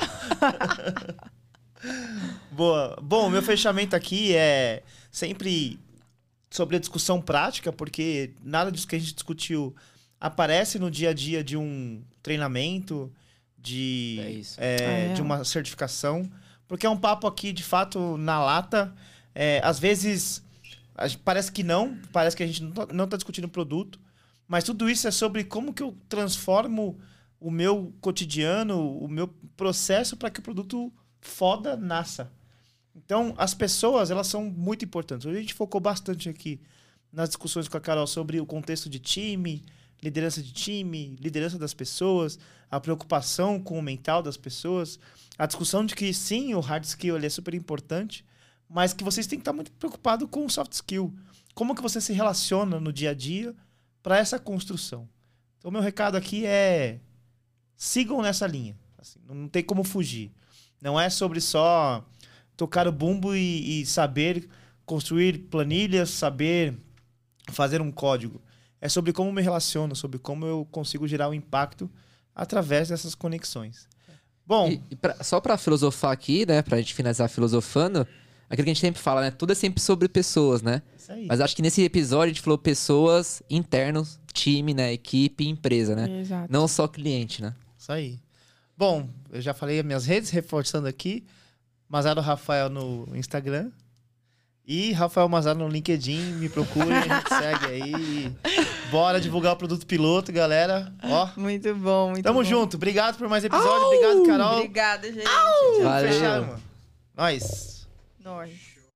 Boa. Bom, meu fechamento aqui é sempre sobre a discussão prática, porque nada disso que a gente discutiu aparece no dia a dia de um treinamento, de uma certificação. Porque é um papo aqui, de fato, na lata. Às vezes, parece que a gente não está discutindo o produto, mas tudo isso é sobre como que eu transformo o meu cotidiano, o meu processo para que o produto foda nasça. Então, as pessoas, elas são muito importantes. Hoje a gente focou bastante aqui nas discussões com a Carol sobre o contexto de time, liderança de time, liderança das pessoas, a preocupação com o mental das pessoas, a discussão de que, sim, o hard skill ele é super importante, mas que vocês têm que estar muito preocupados com o soft skill. Como que você se relaciona no dia a dia para essa construção. Então, meu recado aqui é: sigam nessa linha. Assim, não tem como fugir. Não é sobre só tocar o bumbo e saber construir planilhas, saber fazer um código. É sobre como me relaciono, sobre como eu consigo gerar um impacto através dessas conexões. Bom, só para filosofar aqui, né, pra gente finalizar filosofando, aquilo que a gente sempre fala, né, tudo é sempre sobre pessoas, né? Isso aí. Mas acho que nesse episódio a gente falou pessoas, internos, time, né, equipe, empresa, né? Exato. Não só cliente, né? Isso aí. Bom, eu já falei as minhas redes, reforçando aqui. Mazaro Rafael no Instagram. E Rafael Mazaro no LinkedIn. Me procure, a gente segue aí. Bora divulgar o produto piloto, galera. Ó. Muito bom, muito Tamo bom. junto. Obrigado por mais episódio. Obrigado, Carol. Obrigada, gente. Valeu. Fecharam, mano. Nós. Nós.